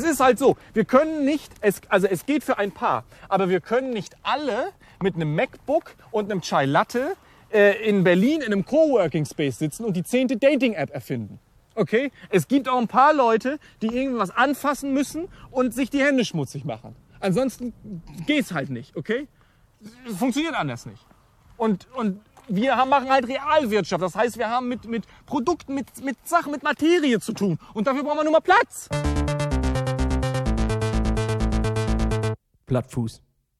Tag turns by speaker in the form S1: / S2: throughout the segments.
S1: ist halt so, wir können nicht, es geht für ein paar, aber wir können nicht alle mit einem MacBook und einem Chai Latte in Berlin in einem Coworking Space sitzen und die 10. Dating-App erfinden. Okay? Es gibt auch ein paar Leute, die irgendwas anfassen müssen und sich die Hände schmutzig machen. Ansonsten geht's halt nicht, okay? Funktioniert anders nicht. Und wir machen halt Realwirtschaft. Das heißt, wir haben mit Produkten, mit Sachen, mit Materie zu tun. Und dafür brauchen wir nur mal Platz.
S2: Plattfuß.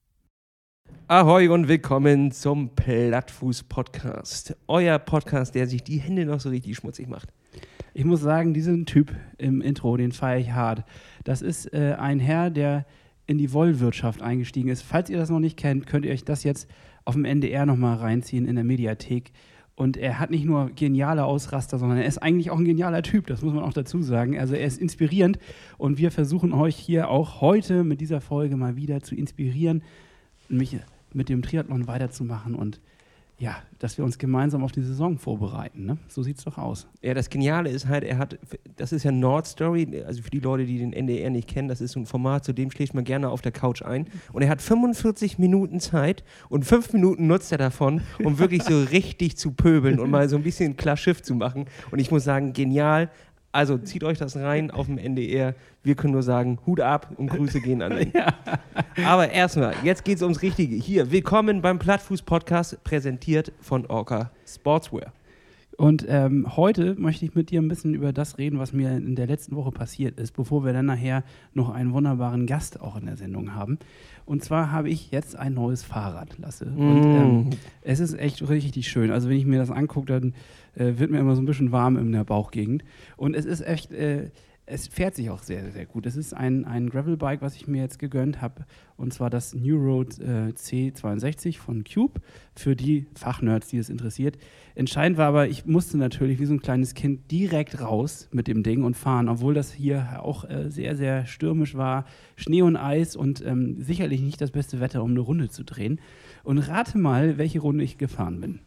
S2: Ahoi und willkommen zum Plattfuß-Podcast. Euer Podcast, der sich die Hände noch so richtig schmutzig macht.
S3: Ich muss sagen, diesen Typ im Intro, den feiere ich hart. Das ist ein Herr, der in die Wollwirtschaft eingestiegen ist. Falls ihr das noch nicht kennt, könnt ihr euch das jetzt auf dem NDR nochmal reinziehen in der Mediathek. Und er hat nicht nur geniale Ausraster, sondern er ist eigentlich auch ein genialer Typ, das muss man auch dazu sagen. Also er ist inspirierend und wir versuchen euch hier auch heute mit dieser Folge mal wieder zu inspirieren, mich mit dem Triathlon weiterzumachen und ja, dass wir uns gemeinsam auf die Saison vorbereiten. Ne? So sieht's doch aus.
S2: Ja, das Geniale ist halt, das ist ja Nord Story, also für die Leute, die den NDR nicht kennen, das ist so ein Format, zu dem schläft man gerne auf der Couch ein. Und er hat 45 Minuten Zeit und 5 Minuten nutzt er davon, um wirklich so richtig zu pöbeln und mal so ein bisschen klar Schiff zu machen. Und ich muss sagen, genial. Also zieht euch das rein auf dem NDR. Wir können nur sagen, Hut ab und Grüße gehen an ihn. Ja. Aber erstmal, jetzt geht es ums Richtige. Hier, willkommen beim Plattfuß-Podcast, präsentiert von Orca Sportswear.
S3: Und heute möchte ich mit dir ein bisschen über das reden, was mir in der letzten Woche passiert ist, bevor wir dann nachher noch einen wunderbaren Gast auch in der Sendung haben. Und zwar habe ich jetzt ein neues Fahrrad, Lasse. Und es ist echt richtig schön. Also wenn ich mir das angucke, dann wird mir immer so ein bisschen warm in der Bauchgegend. Und es ist echt, es fährt sich auch sehr, sehr gut. Es ist ein Gravelbike, was ich mir jetzt gegönnt habe. Und zwar das New Road C62 von Cube. Für die Fachnerds, die es interessiert. Entscheidend war aber, ich musste natürlich wie so ein kleines Kind direkt raus mit dem Ding und fahren, obwohl das hier auch sehr, sehr stürmisch war. Schnee und Eis und sicherlich nicht das beste Wetter, um eine Runde zu drehen. Und rate mal, welche Runde ich gefahren bin.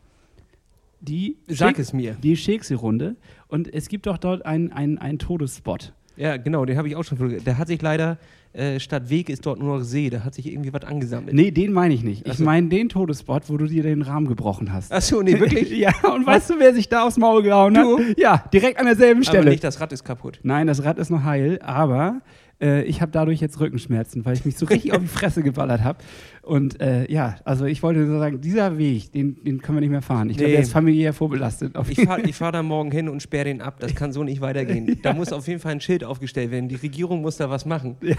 S2: Sag es mir.
S3: Die Schexe-Runde. Und es gibt doch dort einen Todesspot.
S2: Ja, genau, den habe ich auch schon fotografiert. Der hat sich leider, statt Weg ist dort nur noch See, da hat sich irgendwie was angesammelt.
S3: Nee, den meine ich nicht. Ich meine den Todesspot, wo du dir den Rahmen gebrochen hast.
S2: Achso, nee, wirklich?
S3: Ja, und weißt du, wer sich da aufs Maul gehauen hat? Ja, direkt an derselben Stelle.
S2: Aber nicht, das Rad ist kaputt.
S3: Nein, das Rad ist noch heil, aber ich habe dadurch jetzt Rückenschmerzen, weil ich mich so richtig auf die Fresse geballert habe. Und ja, also ich wollte nur sagen, dieser Weg, den können wir nicht mehr fahren. Ich glaube, der ist familiär vorbelastet.
S2: Ich fahr da morgen hin und sperre den ab. Das kann so nicht weitergehen. Da muss auf jeden Fall ein Schild aufgestellt werden. Die Regierung muss da was machen.
S3: Ja,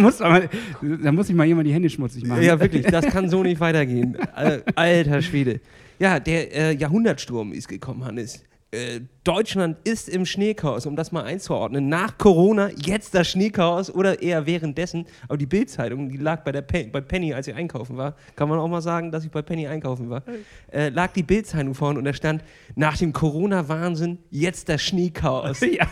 S3: da muss sich mal jemand die Hände schmutzig machen.
S2: Ja, wirklich, das kann so nicht weitergehen. Alter Schwede. Ja, der Jahrhundertsturm ist gekommen, Hannes. Deutschland ist im Schneechaos, um das mal einzuordnen. Nach Corona jetzt das Schneechaos oder eher währenddessen. Aber die Bild-Zeitung, die lag bei Penny, als ich einkaufen war. Kann man auch mal sagen, dass ich bei Penny einkaufen war. Lag die Bild-Zeitung vorne und da stand, nach dem Corona-Wahnsinn jetzt das Schneechaos. Ja.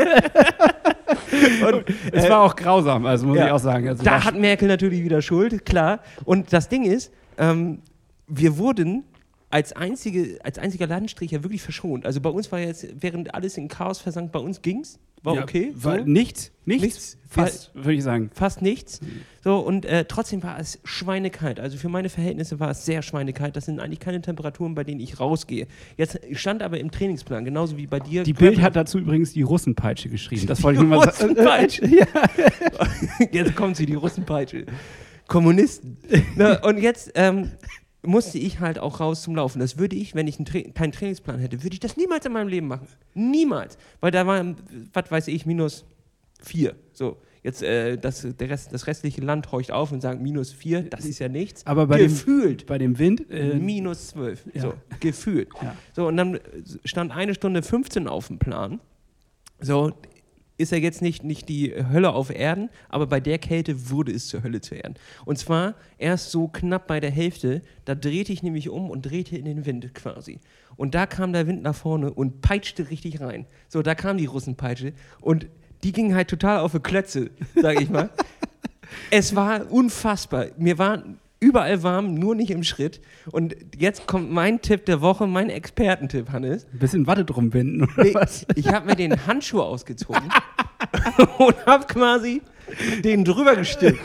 S3: Und es war auch grausam, also muss ich auch sagen. Also
S2: da hat Merkel natürlich wieder Schuld, klar. Und das Ding ist, wir wurden als einziger Landstrich ja wirklich verschont. Also bei uns war jetzt, während alles in Chaos versank, bei uns ging's. War okay.
S3: War nichts. Fast, würde ich sagen.
S2: Fast nichts. So, und trotzdem war es schweinekalt. Also für meine Verhältnisse war es sehr schweinekalt. Das sind eigentlich keine Temperaturen, bei denen ich rausgehe. Jetzt stand aber im Trainingsplan, genauso wie bei dir.
S3: Die Bild hat dazu übrigens die Russenpeitsche geschrieben. Das wollte ich nur mal sagen.
S2: Russenpeitsche? Ja. Jetzt kommt sie, die Russenpeitsche. Kommunisten. Na, und jetzt musste ich halt auch raus zum Laufen. Das würde ich, wenn ich keinen Trainingsplan hätte, würde ich das niemals in meinem Leben machen. Niemals. Weil da war, was weiß ich, -4. So, jetzt das restliche Land horcht auf und sagt -4, das ist ja nichts.
S3: Aber bei dem Wind
S2: -12. Ja. So, gefühlt. Ja. So, und dann stand 1 Stunde 15 auf dem Plan. So, ist ja jetzt nicht die Hölle auf Erden, aber bei der Kälte wurde es zur Hölle zu Erden. Und zwar erst so knapp bei der Hälfte, da drehte ich nämlich um und drehte in den Wind quasi. Und da kam der Wind nach vorne und peitschte richtig rein. So, da kam die Russenpeitsche und die ging halt total auf die Klötze, sag ich mal. Es war unfassbar. Mir war überall warm, nur nicht im Schritt. Und jetzt kommt mein Tipp der Woche, mein Expertentipp, Hannes.
S3: Ein bisschen Watte drum binden, oder was?
S2: Ich habe mir den Handschuh ausgezogen und habe quasi den drüber gestülpt.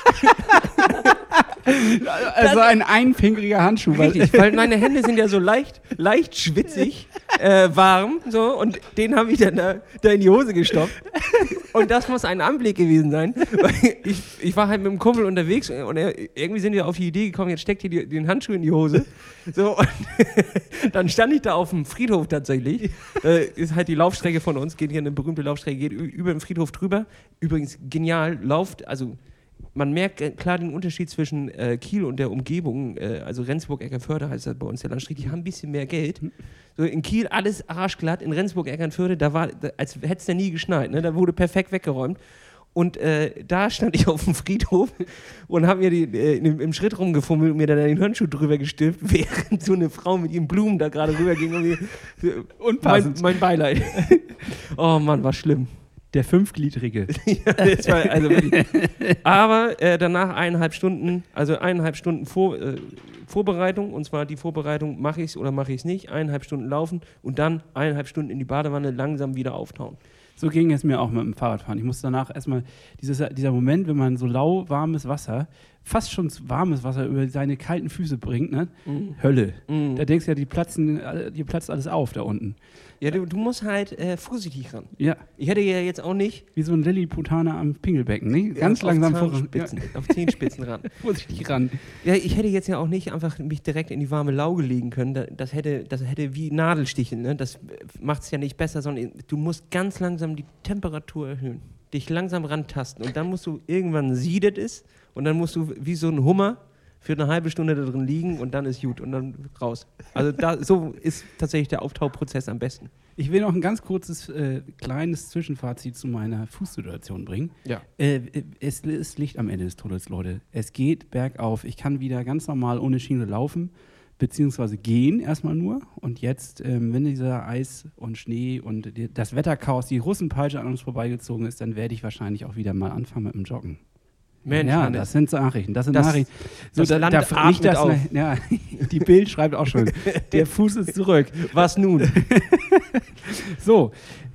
S3: Also ein einfingeriger Handschuh.
S2: Richtig, weil meine Hände sind ja so leicht schwitzig, warm, so, und den habe ich dann da in die Hose gestopft. Und das muss ein Anblick gewesen sein, weil ich war halt mit dem Kumpel unterwegs und irgendwie sind wir auf die Idee gekommen, jetzt steckt hier den Handschuh in die Hose. So, und dann stand ich da auf dem Friedhof tatsächlich. Ist halt die Laufstrecke von uns, geht hier eine berühmte Laufstrecke, geht über den Friedhof drüber. Übrigens genial, also man merkt klar den Unterschied zwischen Kiel und der Umgebung, also Rendsburg-Eckernförde heißt das bei uns der Landstrich, die haben ein bisschen mehr Geld. So in Kiel alles arschglatt, in Rendsburg-Eckernförde, als hätte es da nie geschneit, ne? Da wurde perfekt weggeräumt. Und da stand ich auf dem Friedhof und habe mir im Schritt rumgefummelt und mir dann den Handschuh drüber gestülpt, während so eine Frau mit ihren Blumen da gerade rüber ging und mir mein Beileid. Oh Mann, war schlimm.
S3: Der Fünfgliedrige.
S2: Ja, das war also wirklich. Aber danach 1,5 Stunden, Vorbereitung, und zwar die Vorbereitung, mache ich es oder mache ich es nicht, 1,5 Stunden laufen und dann 1,5 Stunden in die Badewanne langsam wieder auftauen.
S3: So ging es mir auch mit dem Fahrradfahren. Ich musste danach erstmal, dieser Moment, wenn man so lauwarmes Wasser, fast schon warmes Wasser über seine kalten Füße bringt, ne? Hölle. Da denkst du ja, dir platzt alles auf da unten.
S2: Ja, du musst halt vorsichtig ran.
S3: Ja.
S2: Ich hätte ja jetzt auch nicht...
S3: Wie so ein Lilliputaner am Pingelbecken, ne? Ganz langsam
S2: auf Zehenspitzen ran.
S3: Vorsichtig ran.
S2: Ja, ich hätte jetzt ja auch nicht einfach mich direkt in die warme Lauge legen können. Das hätte wie Nadelstiche, ne? Das macht es ja nicht besser, sondern du musst ganz langsam die Temperatur erhöhen. Dich langsam rantasten. Und dann musst du, irgendwann siedet es, und dann musst du wie so ein Hummer für eine halbe Stunde da drin liegen und dann ist gut und dann raus. Also so ist tatsächlich der Auftauprozess am besten.
S3: Ich will noch ein ganz kurzes, kleines Zwischenfazit zu meiner Fußsituation bringen.
S2: Ja.
S3: Es ist Licht am Ende des Tunnels, Leute. Es geht bergauf. Ich kann wieder ganz normal ohne Schiene laufen, beziehungsweise gehen erstmal nur. Und jetzt, wenn dieser Eis und Schnee und das Wetterchaos, die Russenpeitsche an uns vorbeigezogen ist, dann werde ich wahrscheinlich auch wieder mal anfangen mit dem Joggen.
S2: Mensch,
S3: ja, das sind Nachrichten.
S2: Das
S3: Nachrichten. So,
S2: das Land atmet auf.
S3: Ja, die Bild schreibt auch schon. Der Fuß ist zurück.
S2: Was nun?
S3: So,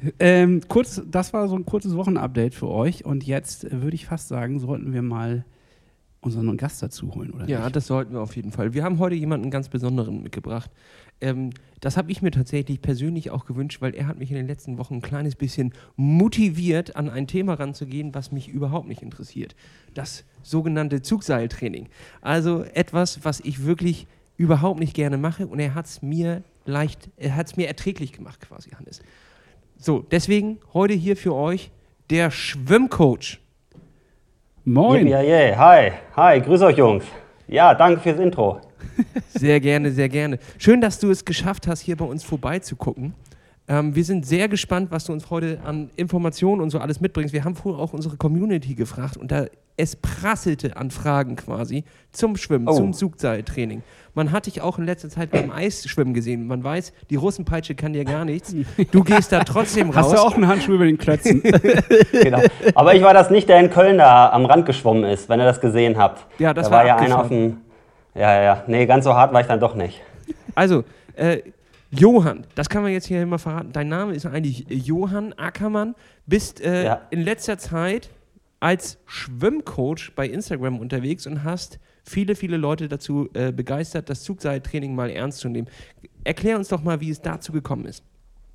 S3: das war so ein kurzes Wochenupdate für euch. Und jetzt würde ich fast sagen, sollten wir mal unseren Gast dazu holen, oder
S2: Ja,
S3: nicht?
S2: das sollten wir auf jeden Fall. Wir haben heute jemanden ganz Besonderen mitgebracht. Das habe ich mir tatsächlich persönlich auch gewünscht, weil er hat mich in den letzten Wochen ein kleines bisschen motiviert, an ein Thema ranzugehen, was mich überhaupt nicht interessiert. Das sogenannte Zugseiltraining. Also etwas, was ich wirklich überhaupt nicht gerne mache, und er hat es mir erträglich gemacht quasi, Hannes. So, deswegen heute hier für euch der Schwimmcoach.
S3: Moin.
S4: Hi, grüß euch Jungs. Ja, danke fürs Intro.
S2: Sehr gerne, sehr gerne. Schön, dass du es geschafft hast, hier bei uns vorbeizugucken. Wir sind sehr gespannt, was du uns heute an Informationen und so alles mitbringst. Wir haben vorher auch unsere Community gefragt und es prasselte an Fragen quasi zum Schwimmen, zum Zugseiltraining. Man hat dich auch in letzter Zeit beim Eisschwimmen gesehen. Man weiß, die Russenpeitsche kann dir gar nichts. Du gehst da trotzdem raus.
S3: Hast du auch einen Handschuh über den Klötzen?
S4: Genau. Aber ich war das nicht, der in Köln da am Rand geschwommen ist, wenn ihr das gesehen habt.
S2: Ja, das
S4: da
S2: war
S4: ja einer auf dem... Ja. Nee, ganz so hart war ich dann doch nicht.
S2: Also, Johann, das kann man jetzt hier immer verraten. Dein Name ist eigentlich Johann Ackermann. Bist in letzter Zeit als Schwimmcoach bei Instagram unterwegs und hast viele, viele Leute dazu begeistert, das Zugseiltraining mal ernst zu nehmen. Erklär uns doch mal, wie es dazu gekommen ist.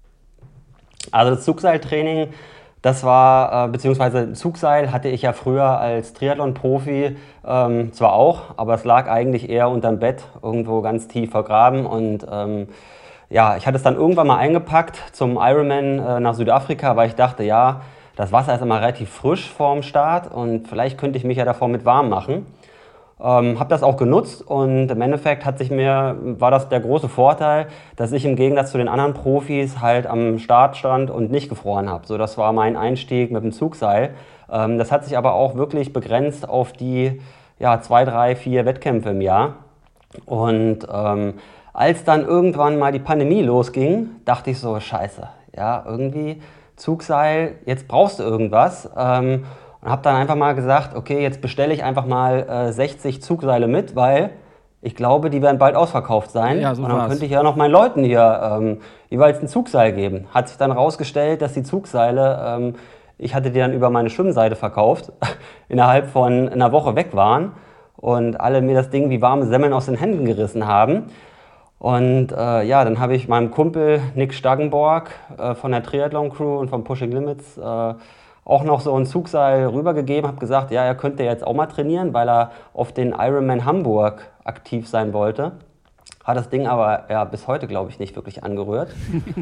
S4: Also das Zugseiltraining, das war, beziehungsweise Zugseil hatte ich ja früher als Triathlon-Profi zwar auch, aber es lag eigentlich eher unterm Bett, irgendwo ganz tief vergraben. Und ja, ich hatte es dann irgendwann mal eingepackt zum Ironman nach Südafrika, weil ich dachte, ja, das Wasser ist immer relativ frisch vorm Start und vielleicht könnte ich mich ja davor mit warm machen. Habe das auch genutzt und im Endeffekt war das der große Vorteil, dass ich im Gegensatz zu den anderen Profis halt am Start stand und nicht gefroren habe. So, das war mein Einstieg mit dem Zugseil. Das hat sich aber auch wirklich begrenzt auf die 2, 3, 4 Wettkämpfe im Jahr. Und als dann irgendwann mal die Pandemie losging, dachte ich so, scheiße, ja, irgendwie Zugseil, jetzt brauchst du irgendwas. Und habe dann einfach mal gesagt, okay, jetzt bestelle ich einfach mal 60 Zugseile mit, weil ich glaube, die werden bald ausverkauft sein.
S3: Ja, so
S4: und dann könnte ich ja noch meinen Leuten hier jeweils ein Zugseil geben. Hat sich dann rausgestellt, dass die Zugseile ich hatte die dann über meine Schwimmseite verkauft, innerhalb von einer Woche weg waren und alle mir das Ding wie warme Semmeln aus den Händen gerissen haben. Und dann habe ich meinem Kumpel Nick Staggenborg von der Triathlon Crew und von Pushing Limits auch noch so ein Zugseil rübergegeben, habe gesagt, ja, er könnte jetzt auch mal trainieren, weil er auf den Ironman Hamburg aktiv sein wollte. Hat das Ding aber bis heute, glaube ich, nicht wirklich angerührt.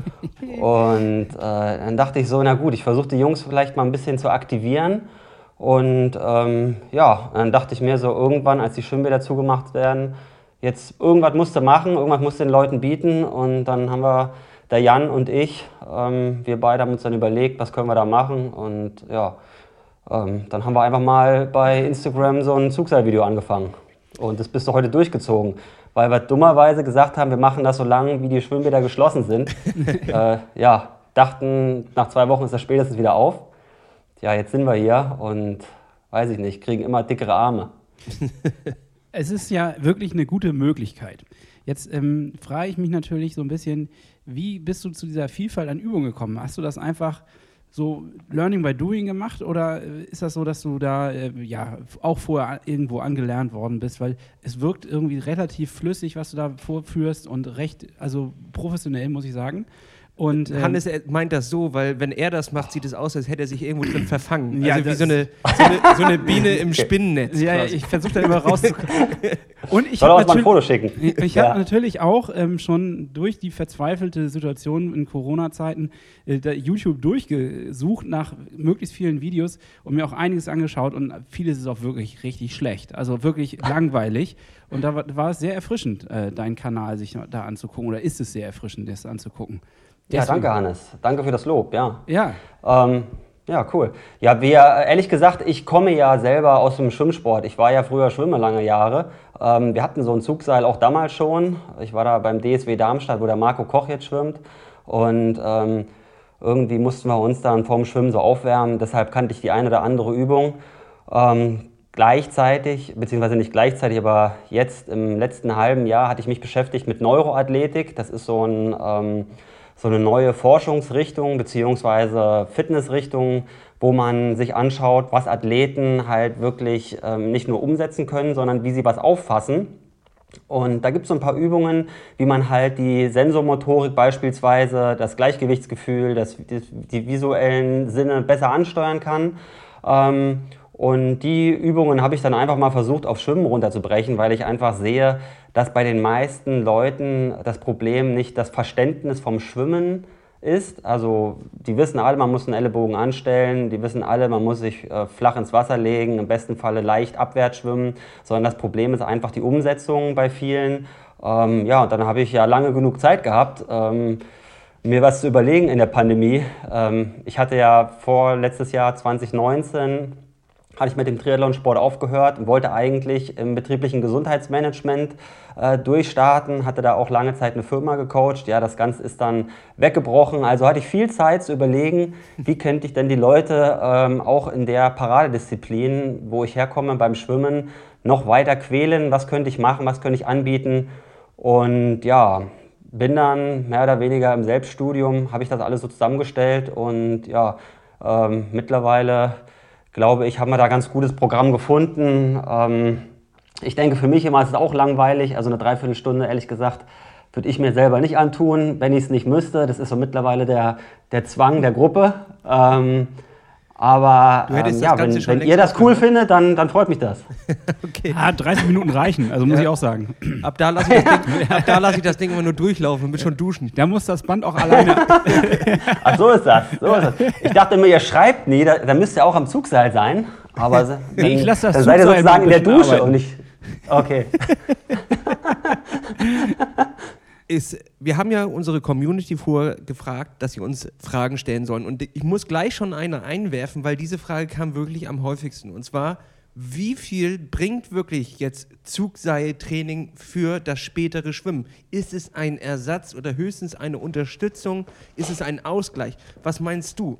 S4: Und dann dachte ich so, na gut, ich versuche die Jungs vielleicht mal ein bisschen zu aktivieren. Und dann dachte ich mir so, irgendwann, als die Schwimmbäder zugemacht werden, jetzt irgendwas musst du machen, irgendwas musst du den Leuten bieten. Und dann haben wir, der Jan und ich, wir beide haben uns dann überlegt, was können wir da machen. Und dann haben wir einfach mal bei Instagram so ein Zugseilvideo angefangen. Und das bist du heute durchgezogen. Weil wir dummerweise gesagt haben, wir machen das so lange, wie die Schwimmbäder geschlossen sind. Dachten, nach 2 Wochen ist das spätestens wieder auf. Ja, jetzt sind wir hier und, weiß ich nicht, kriegen immer dickere Arme.
S3: Es ist ja wirklich eine gute Möglichkeit. Jetzt frage ich mich natürlich so ein bisschen, wie bist du zu dieser Vielfalt an Übungen gekommen? Hast du das einfach so Learning by Doing gemacht oder ist das so, dass du da auch vorher irgendwo angelernt worden bist? Weil es wirkt irgendwie relativ flüssig, was du da vorführst und recht, also professionell, muss ich sagen. Und,
S2: Hannes meint das so, weil wenn er das macht, sieht es aus, als hätte er sich irgendwo drin verfangen.
S3: Ja,
S2: also wie so eine Biene im Spinnennetz.
S3: Ja, ich versuche da immer rauszukommen. Und ich
S4: soll auch mal ein Foto schicken.
S3: Ich habe natürlich auch schon durch die verzweifelte Situation in Corona-Zeiten YouTube durchgesucht nach möglichst vielen Videos und mir auch einiges angeschaut und vieles ist auch wirklich richtig schlecht. Also wirklich langweilig. Und da war es sehr erfrischend, deinen Kanal sich da anzugucken. Oder ist es sehr erfrischend, das anzugucken?
S4: Ja, danke Hannes. Danke für das Lob, ja.
S3: Ja.
S4: Ja, cool. Ja, ehrlich gesagt, ich komme ja selber aus dem Schwimmsport. Ich war ja früher Schwimmer lange Jahre. Wir hatten so ein Zugseil auch damals schon. Ich war da beim DSW Darmstadt, wo der Marco Koch jetzt schwimmt. Und irgendwie mussten wir uns dann vorm Schwimmen so aufwärmen. Deshalb kannte ich die eine oder andere Übung. Gleichzeitig, beziehungsweise nicht gleichzeitig, aber jetzt im letzten halben Jahr hatte ich mich beschäftigt mit Neuroathletik. Das ist so eine neue Forschungsrichtung beziehungsweise Fitnessrichtung, wo man sich anschaut, was Athleten halt wirklich nicht nur umsetzen können, sondern wie sie was auffassen. Und da gibt es so ein paar Übungen, wie man halt die Sensomotorik beispielsweise, das Gleichgewichtsgefühl, die visuellen Sinne besser ansteuern kann. Und die Übungen habe ich dann einfach mal versucht, auf Schwimmen runterzubrechen, weil ich einfach sehe, dass bei den meisten Leuten das Problem nicht das Verständnis vom Schwimmen ist. Also die wissen alle, man muss einen Ellenbogen anstellen, die wissen alle, man muss sich flach ins Wasser legen, im besten Falle leicht abwärts schwimmen, sondern das Problem ist einfach die Umsetzung bei vielen. Und dann habe ich ja lange genug Zeit gehabt, mir was zu überlegen in der Pandemie. Ich hatte ja letztes Jahr 2019 hatte ich mit dem Triathlonsport aufgehört und wollte eigentlich im betrieblichen Gesundheitsmanagement durchstarten, hatte da auch lange Zeit eine Firma gecoacht. Ja, das Ganze ist dann weggebrochen. Also hatte ich viel Zeit zu überlegen, wie könnte ich denn die Leute auch in der Paradedisziplin, wo ich herkomme, beim Schwimmen, noch weiter quälen. Was könnte ich machen, was könnte ich anbieten? Und ja, bin dann mehr oder weniger im Selbststudium, habe ich das alles so zusammengestellt und ja, mittlerweile glaube ich, haben wir da ein ganz gutes Programm gefunden. Ich denke, für mich immer ist es auch langweilig. Also eine Dreiviertelstunde, ehrlich gesagt, würde ich mir selber nicht antun, wenn ich es nicht müsste. Das ist so mittlerweile der Zwang der Gruppe. Aber wenn ihr das cool findet, dann freut mich das.
S3: Okay. 30 Minuten reichen, also muss ich auch sagen.
S2: Ab da lasse ich das Ding immer nur durchlaufen und mit schon duschen.
S3: Da muss das Band auch alleine.
S4: Ach, so ist das. Ich dachte mir, ihr schreibt nie, da müsst ihr auch am Zugseil sein. Aber
S3: ich lasse das
S4: dann seid ihr sozusagen in der Dusche arbeiten. Und nicht. Okay.
S2: Wir haben ja unsere Community vorher gefragt, dass sie uns Fragen stellen sollen. Und ich muss gleich schon eine einwerfen, weil diese Frage kam wirklich am häufigsten. Und zwar, wie viel bringt wirklich jetzt Zugseiltraining für das spätere Schwimmen? Ist es ein Ersatz oder höchstens eine Unterstützung? Ist es ein Ausgleich? Was meinst du?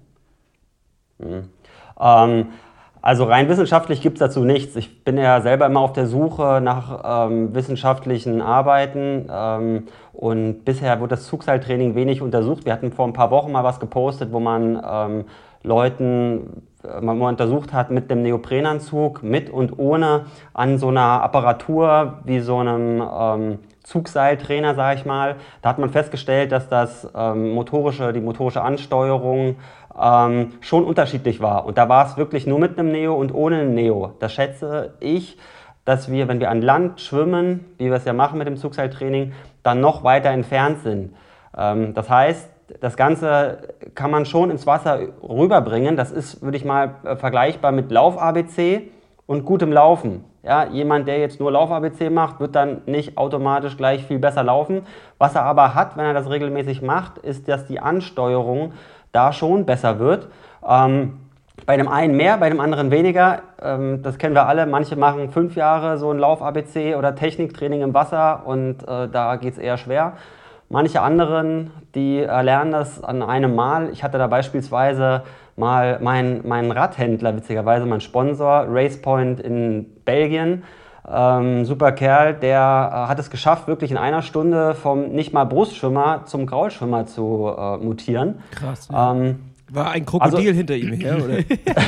S4: Also rein wissenschaftlich gibt es dazu nichts. Ich bin ja selber immer auf der Suche nach wissenschaftlichen Arbeiten und bisher wurde das Zugseiltraining wenig untersucht. Wir hatten vor ein paar Wochen mal was gepostet, wo man Leuten man mal untersucht hat mit dem Neoprenanzug, mit und ohne, an so einer Apparatur wie so einem Zugseiltrainer, sage ich mal. Da hat man festgestellt, dass das die motorische Ansteuerung schon unterschiedlich war. Und da war es wirklich nur mit einem Neo und ohne einen Neo. Das schätze ich, dass wir, wenn wir an Land schwimmen, wie wir es ja machen mit dem Zugseiltraining, dann noch weiter entfernt sind. Das heißt, das Ganze kann man schon ins Wasser rüberbringen. Das ist, würde ich mal vergleichbar mit Lauf-ABC und gutem Laufen. Ja, jemand, der jetzt nur Lauf-ABC macht, wird dann nicht automatisch gleich viel besser laufen. Was er aber hat, wenn er das regelmäßig macht, ist, dass die Ansteuerung da schon besser wird. Bei dem einen mehr, bei dem anderen weniger. Das kennen wir alle. Manche machen 5 Jahre so ein Lauf-ABC oder Techniktraining im Wasser und da geht es eher schwer. Manche anderen, die lernen das an einem Mal. Ich hatte da beispielsweise mal meinen Radhändler, witzigerweise mein Sponsor, Racepoint in Belgien. Super Kerl, der hat es geschafft, wirklich in einer Stunde vom nicht mal Brustschwimmer zum Graulschwimmer zu mutieren.
S2: Krass. Ja. War ein Krokodil hinter ihm her, oder?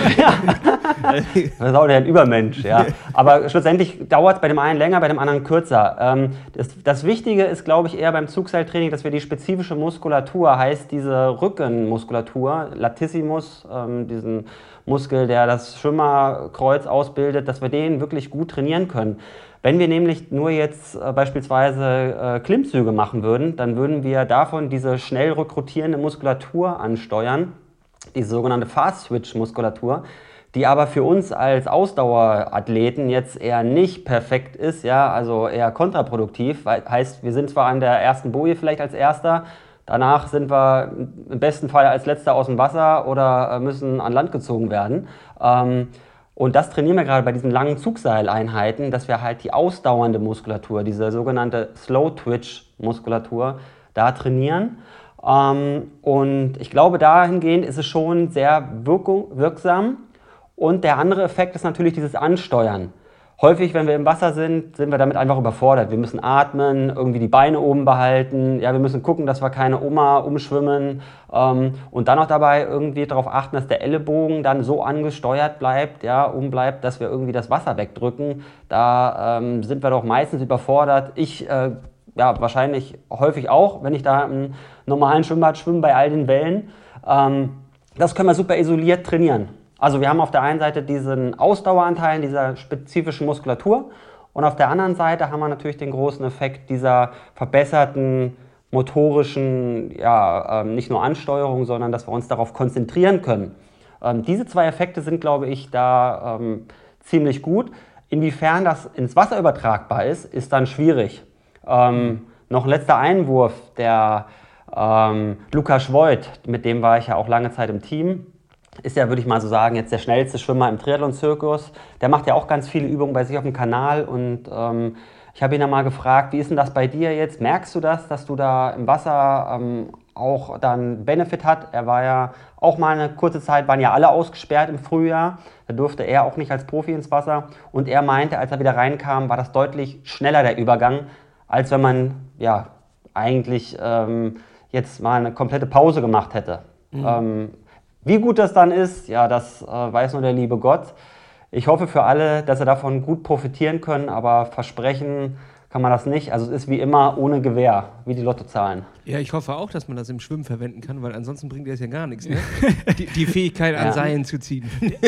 S4: Das ist auch ein Übermensch, ja. Aber schlussendlich dauert es bei dem einen länger, bei dem anderen kürzer. Das Wichtige ist, glaube ich, eher beim Zugseiltraining, dass wir die spezifische Muskulatur, heißt diese Rückenmuskulatur, Latissimus, diesen Muskel, der das Schwimmerkreuz ausbildet, dass wir den wirklich gut trainieren können. Wenn wir nämlich nur jetzt beispielsweise Klimmzüge machen würden, dann würden wir davon diese schnell rekrutierende Muskulatur ansteuern, die sogenannte Fast-Switch-Muskulatur, die aber für uns als Ausdauerathleten jetzt eher nicht perfekt ist, ja, also eher kontraproduktiv. Heißt, wir sind zwar an der ersten Boje vielleicht als Erster, danach sind wir im besten Fall als Letzter aus dem Wasser oder müssen an Land gezogen werden. Und das trainieren wir gerade bei diesen langen Zugseileinheiten, dass wir halt die ausdauernde Muskulatur, diese sogenannte Slow-Twitch-Muskulatur, da trainieren. Und ich glaube, dahingehend ist es schon sehr wirksam. Und der andere Effekt ist natürlich dieses Ansteuern. Häufig, wenn wir im Wasser sind, sind wir damit einfach überfordert. Wir müssen atmen, irgendwie die Beine oben behalten. Ja, wir müssen gucken, dass wir keine Oma umschwimmen. Und dann auch dabei irgendwie darauf achten, dass der Ellenbogen dann so angesteuert bleibt, ja, bleibt, dass wir irgendwie das Wasser wegdrücken. Da sind wir doch meistens überfordert. Ich wahrscheinlich häufig auch, wenn ich da im normalen Schwimmbad schwimme bei all den Wellen. Das können wir super isoliert trainieren. Also wir haben auf der einen Seite diesen Ausdaueranteil dieser spezifischen Muskulatur und auf der anderen Seite haben wir natürlich den großen Effekt dieser verbesserten motorischen, nicht nur Ansteuerung, sondern dass wir uns darauf konzentrieren können. Diese zwei Effekte sind, glaube ich, da ziemlich gut. Inwiefern das ins Wasser übertragbar ist dann schwierig. Noch ein letzter Einwurf, der Lukas Voigt, mit dem war ich ja auch lange Zeit im Team, ist ja, würde ich mal so sagen, jetzt der schnellste Schwimmer im Triathlon-Zirkus. Der macht ja auch ganz viele Übungen bei sich auf dem Kanal und ich habe ihn dann mal gefragt, wie ist denn das bei dir jetzt? Merkst du das, dass du da im Wasser auch dann Benefit hat? Er war ja auch mal eine kurze Zeit, waren ja alle ausgesperrt im Frühjahr. Da durfte er auch nicht als Profi ins Wasser und er meinte, als er wieder reinkam, war das deutlich schneller der Übergang, als wenn man eigentlich jetzt mal eine komplette Pause gemacht hätte. Mhm. Wie gut das dann ist, das weiß nur der liebe Gott. Ich hoffe für alle, dass sie davon gut profitieren können, aber versprechen kann man das nicht. Also es ist wie immer ohne Gewähr, wie die Lottozahlen.
S2: Ja, ich hoffe auch, dass man das im Schwimmen verwenden kann, weil ansonsten bringt das ja gar nichts, ne? Die Fähigkeit, an Seilen zu ziehen.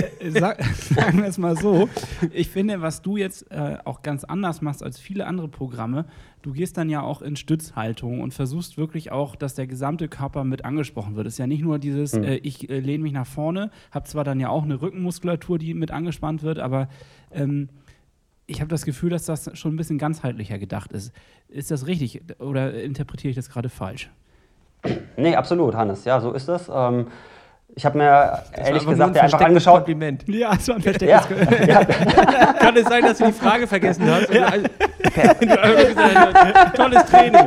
S3: Sagen wir es mal so. Ich finde, was du jetzt auch ganz anders machst als viele andere Programme, du gehst dann ja auch in Stützhaltung und versuchst wirklich auch, dass der gesamte Körper mit angesprochen wird. Es ist ja nicht nur dieses, ich lehne mich nach vorne, habe zwar dann ja auch eine Rückenmuskulatur, die mit angespannt wird, aber ich habe das Gefühl, dass das schon ein bisschen ganzheitlicher gedacht ist. Ist das richtig oder interpretiere ich das gerade falsch?
S4: Nee, absolut, Hannes. Ja, so ist das. Ich habe mir ehrlich gesagt einfach angeschaut.
S2: Kompliment.
S3: Ja, es war ein verstecktes Kompliment.
S2: Ja. Kann es sein, dass du die Frage vergessen hast? Ja. Tolles Training.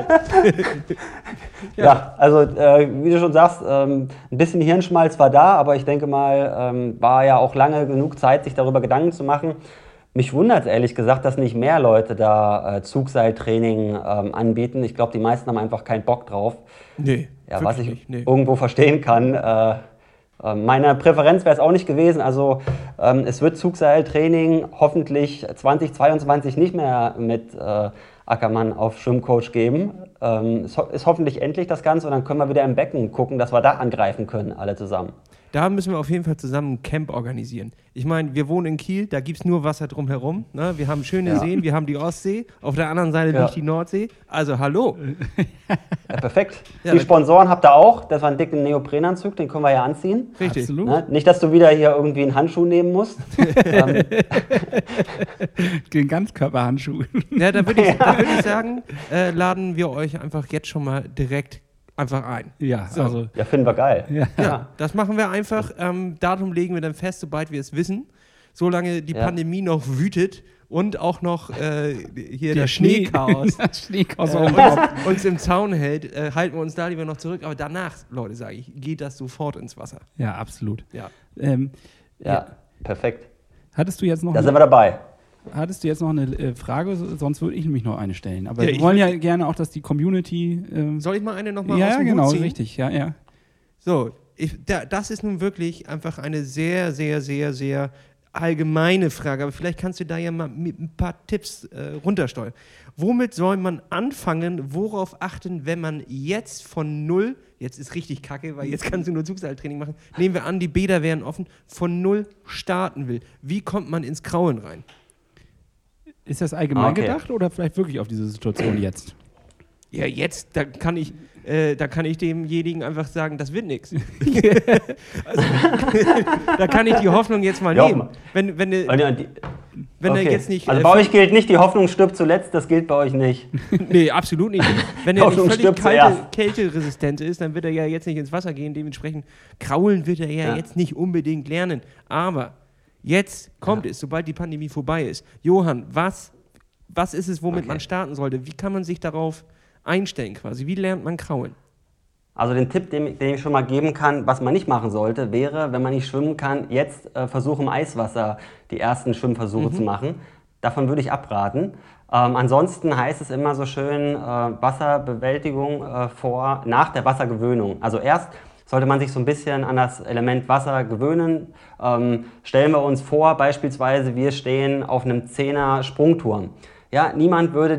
S4: Ja, also wie du schon sagst, ein bisschen Hirnschmalz war da, aber ich denke mal, war ja auch lange genug Zeit, sich darüber Gedanken zu machen. Mich wundert es ehrlich gesagt, dass nicht mehr Leute da Zugseiltraining anbieten. Ich glaube, die meisten haben einfach keinen Bock drauf.
S2: Nee.
S4: Ja, was ich irgendwo verstehen kann. Meine Präferenz wäre es auch nicht gewesen. Also es wird Zugseiltraining hoffentlich 2022 nicht mehr mit Ackermann auf Schwimmcoach geben. Es ist hoffentlich endlich das Ganze und dann können wir wieder im Becken gucken, dass wir da angreifen können, alle zusammen.
S2: Da müssen wir auf jeden Fall zusammen ein Camp organisieren. Ich meine, wir wohnen in Kiel, da gibt es nur Wasser drumherum. Ne? Wir haben schöne Seen, wir haben die Ostsee, auf der anderen Seite liegt die Nordsee. Also hallo.
S4: Ja, perfekt. Die Sponsoren habt ihr auch. Das war ein dicken Neoprenanzug, den können wir ja anziehen.
S2: Richtig.
S3: Absolut.
S4: Ne? Nicht, dass du wieder hier irgendwie einen Handschuh nehmen musst.
S3: Den Ganzkörperhandschuh.
S2: Ja, da würde ich sagen, laden wir euch einfach jetzt schon mal direkt einfach ein.
S3: Ja,
S2: so.
S3: also.
S4: Ja, finden wir geil.
S2: Ja, das machen wir einfach. Datum legen wir dann fest, sobald wir es wissen. Solange die Pandemie noch wütet und auch noch hier das Schneechaos uns im Zaun hält, halten wir uns da lieber noch zurück. Aber danach, Leute, sage ich, geht das sofort ins Wasser.
S3: Ja, absolut.
S2: Ja,
S4: perfekt.
S3: Hattest du jetzt noch
S4: Da sind wir dabei.
S3: Hattest du jetzt noch eine Frage? Sonst würde ich nämlich noch eine stellen. Aber wir wollen ja gerne auch, dass die Community...
S2: soll ich mal eine nochmal
S3: ja,
S2: aus dem
S3: genau,
S2: Hut ziehen?
S3: richtig. Ja.
S2: So, das ist nun wirklich einfach eine sehr, sehr, sehr, sehr allgemeine Frage. Aber vielleicht kannst du da ja mal mit ein paar Tipps runtersteuern. Womit soll man anfangen? Worauf achten, wenn man jetzt von null, jetzt ist richtig kacke, weil jetzt kannst du nur Zugseiltraining machen, nehmen wir an, die Bäder wären offen, von null starten will. Wie kommt man ins Kraulen rein?
S3: Ist das allgemein gedacht oder vielleicht wirklich auf diese Situation jetzt?
S2: Ja, jetzt, da kann ich demjenigen einfach sagen, das wird nichts. Da kann ich die Hoffnung jetzt mal nehmen. Wenn er jetzt nicht...
S4: Also bei euch gilt nicht, die Hoffnung stirbt zuletzt, das gilt bei euch nicht.
S2: Nee, absolut nicht. Wenn er nicht völlig kälteresistent ist, dann wird er ja jetzt nicht ins Wasser gehen. Dementsprechend kraulen wird er ja jetzt nicht unbedingt lernen. Aber jetzt kommt es, sobald die Pandemie vorbei ist. Johann, was ist es, womit man starten sollte? Wie kann man sich darauf einstellen quasi? Wie lernt man kraulen?
S4: Also den Tipp, den ich schon mal geben kann, was man nicht machen sollte, wäre, wenn man nicht schwimmen kann, jetzt versuchen im Eiswasser die ersten Schwimmversuche zu machen. Davon würde ich abraten. Ansonsten heißt es immer so schön Wasserbewältigung nach der Wassergewöhnung. Also erst sollte man sich so ein bisschen an das Element Wasser gewöhnen. Stellen wir uns vor, beispielsweise wir stehen auf einem 10er Sprungturm. Ja, niemand würde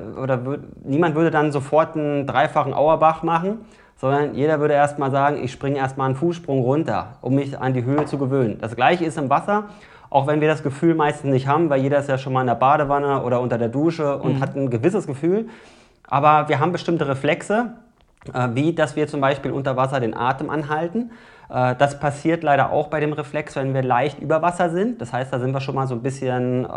S4: dann sofort einen dreifachen Auerbach machen, sondern jeder würde erstmal sagen, ich springe erstmal einen Fußsprung runter, um mich an die Höhe zu gewöhnen. Das Gleiche ist im Wasser, auch wenn wir das Gefühl meistens nicht haben, weil jeder ist ja schon mal in der Badewanne oder unter der Dusche und hat ein gewisses Gefühl. Aber wir haben bestimmte Reflexe, wie dass wir zum Beispiel unter Wasser den Atem anhalten. Das passiert leider auch bei dem Reflex, wenn wir leicht über Wasser sind. Das heißt, da sind wir schon mal so ein bisschen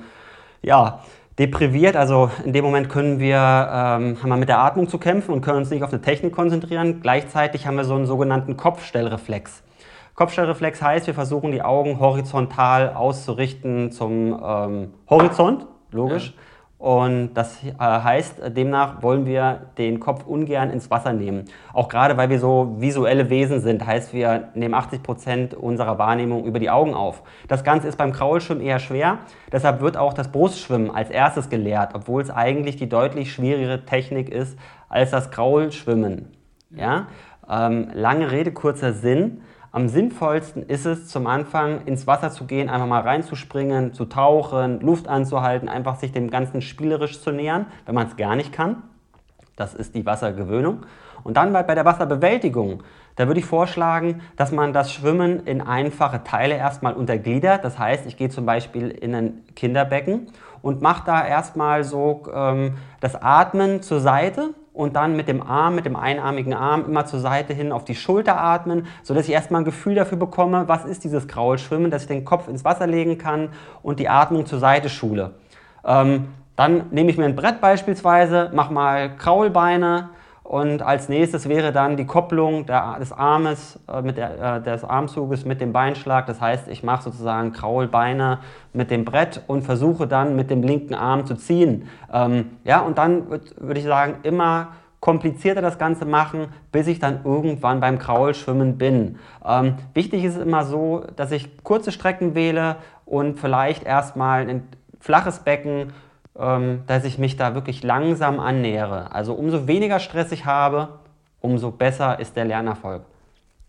S4: depriviert. Also in dem Moment haben wir mit der Atmung zu kämpfen und können uns nicht auf eine Technik konzentrieren. Gleichzeitig haben wir so einen sogenannten Kopfstellreflex. Kopfstellreflex heißt, wir versuchen die Augen horizontal auszurichten zum Horizont, logisch. Ja. Und das heißt, demnach wollen wir den Kopf ungern ins Wasser nehmen. Auch gerade, weil wir so visuelle Wesen sind, heißt, wir nehmen 80% unserer Wahrnehmung über die Augen auf. Das Ganze ist beim Kraulschwimmen eher schwer, deshalb wird auch das Brustschwimmen als erstes gelehrt, obwohl es eigentlich die deutlich schwierigere Technik ist als das Kraulschwimmen. Ja? Lange Rede, kurzer Sinn. Am sinnvollsten ist es, zum Anfang ins Wasser zu gehen, einfach mal reinzuspringen, zu tauchen, Luft anzuhalten, einfach sich dem Ganzen spielerisch zu nähern, wenn man es gar nicht kann. Das ist die Wassergewöhnung. Und dann bei der Wasserbewältigung, da würde ich vorschlagen, dass man das Schwimmen in einfache Teile erstmal untergliedert. Das heißt, ich gehe zum Beispiel in ein Kinderbecken und mache da erstmal so das Atmen zur Seite. Und dann mit dem einarmigen Arm immer zur Seite hin auf die Schulter atmen, sodass ich erstmal ein Gefühl dafür bekomme, was ist dieses Kraulschwimmen, dass ich den Kopf ins Wasser legen kann und die Atmung zur Seite schule. Dann nehme ich mir ein Brett beispielsweise, mache mal Kraulbeine und als nächstes wäre dann die Kopplung des Armes, des Armzuges mit dem Beinschlag. Das heißt, ich mache sozusagen Kraulbeine mit dem Brett und versuche dann mit dem linken Arm zu ziehen. Und dann würde ich sagen, immer komplizierter das Ganze machen, bis ich dann irgendwann beim Kraulschwimmen bin. Wichtig ist immer so, dass ich kurze Strecken wähle und vielleicht erstmal ein flaches Becken, dass ich mich da wirklich langsam annähere. Also umso weniger Stress ich habe, umso besser ist der Lernerfolg.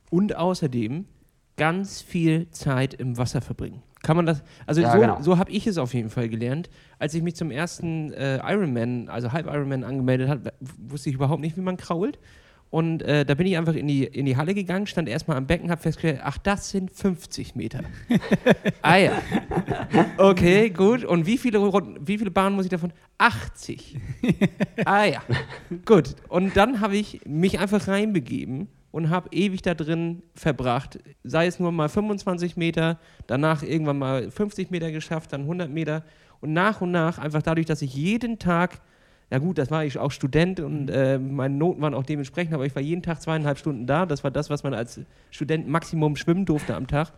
S2: und außerdem ganz viel Zeit im Wasser verbringen. Kann man das, also
S4: Ja,
S2: so,
S4: genau.
S2: so habe ich es auf jeden Fall gelernt. Als ich mich zum ersten Ironman, also Halb-Ironman angemeldet habe, wusste ich überhaupt nicht, wie man krault. Und da bin ich einfach in die Halle gegangen, stand erstmal am Becken, habe festgestellt, ach, das sind 50 Meter. Ah ja. Okay, gut. Und wie viele Bahnen muss ich davon? 80. Ah ja. Gut. Und dann habe ich mich einfach reinbegeben und habe ewig da drin verbracht. Sei es nur mal 25 Meter, danach irgendwann mal 50 Meter geschafft, dann 100 Meter. Und nach, einfach dadurch, dass ich jeden Tag, ja gut, das war ich auch Student und meine Noten waren auch dementsprechend, aber ich war jeden Tag 2,5 Stunden da. Das war das, was man als Student Maximum schwimmen durfte am Tag.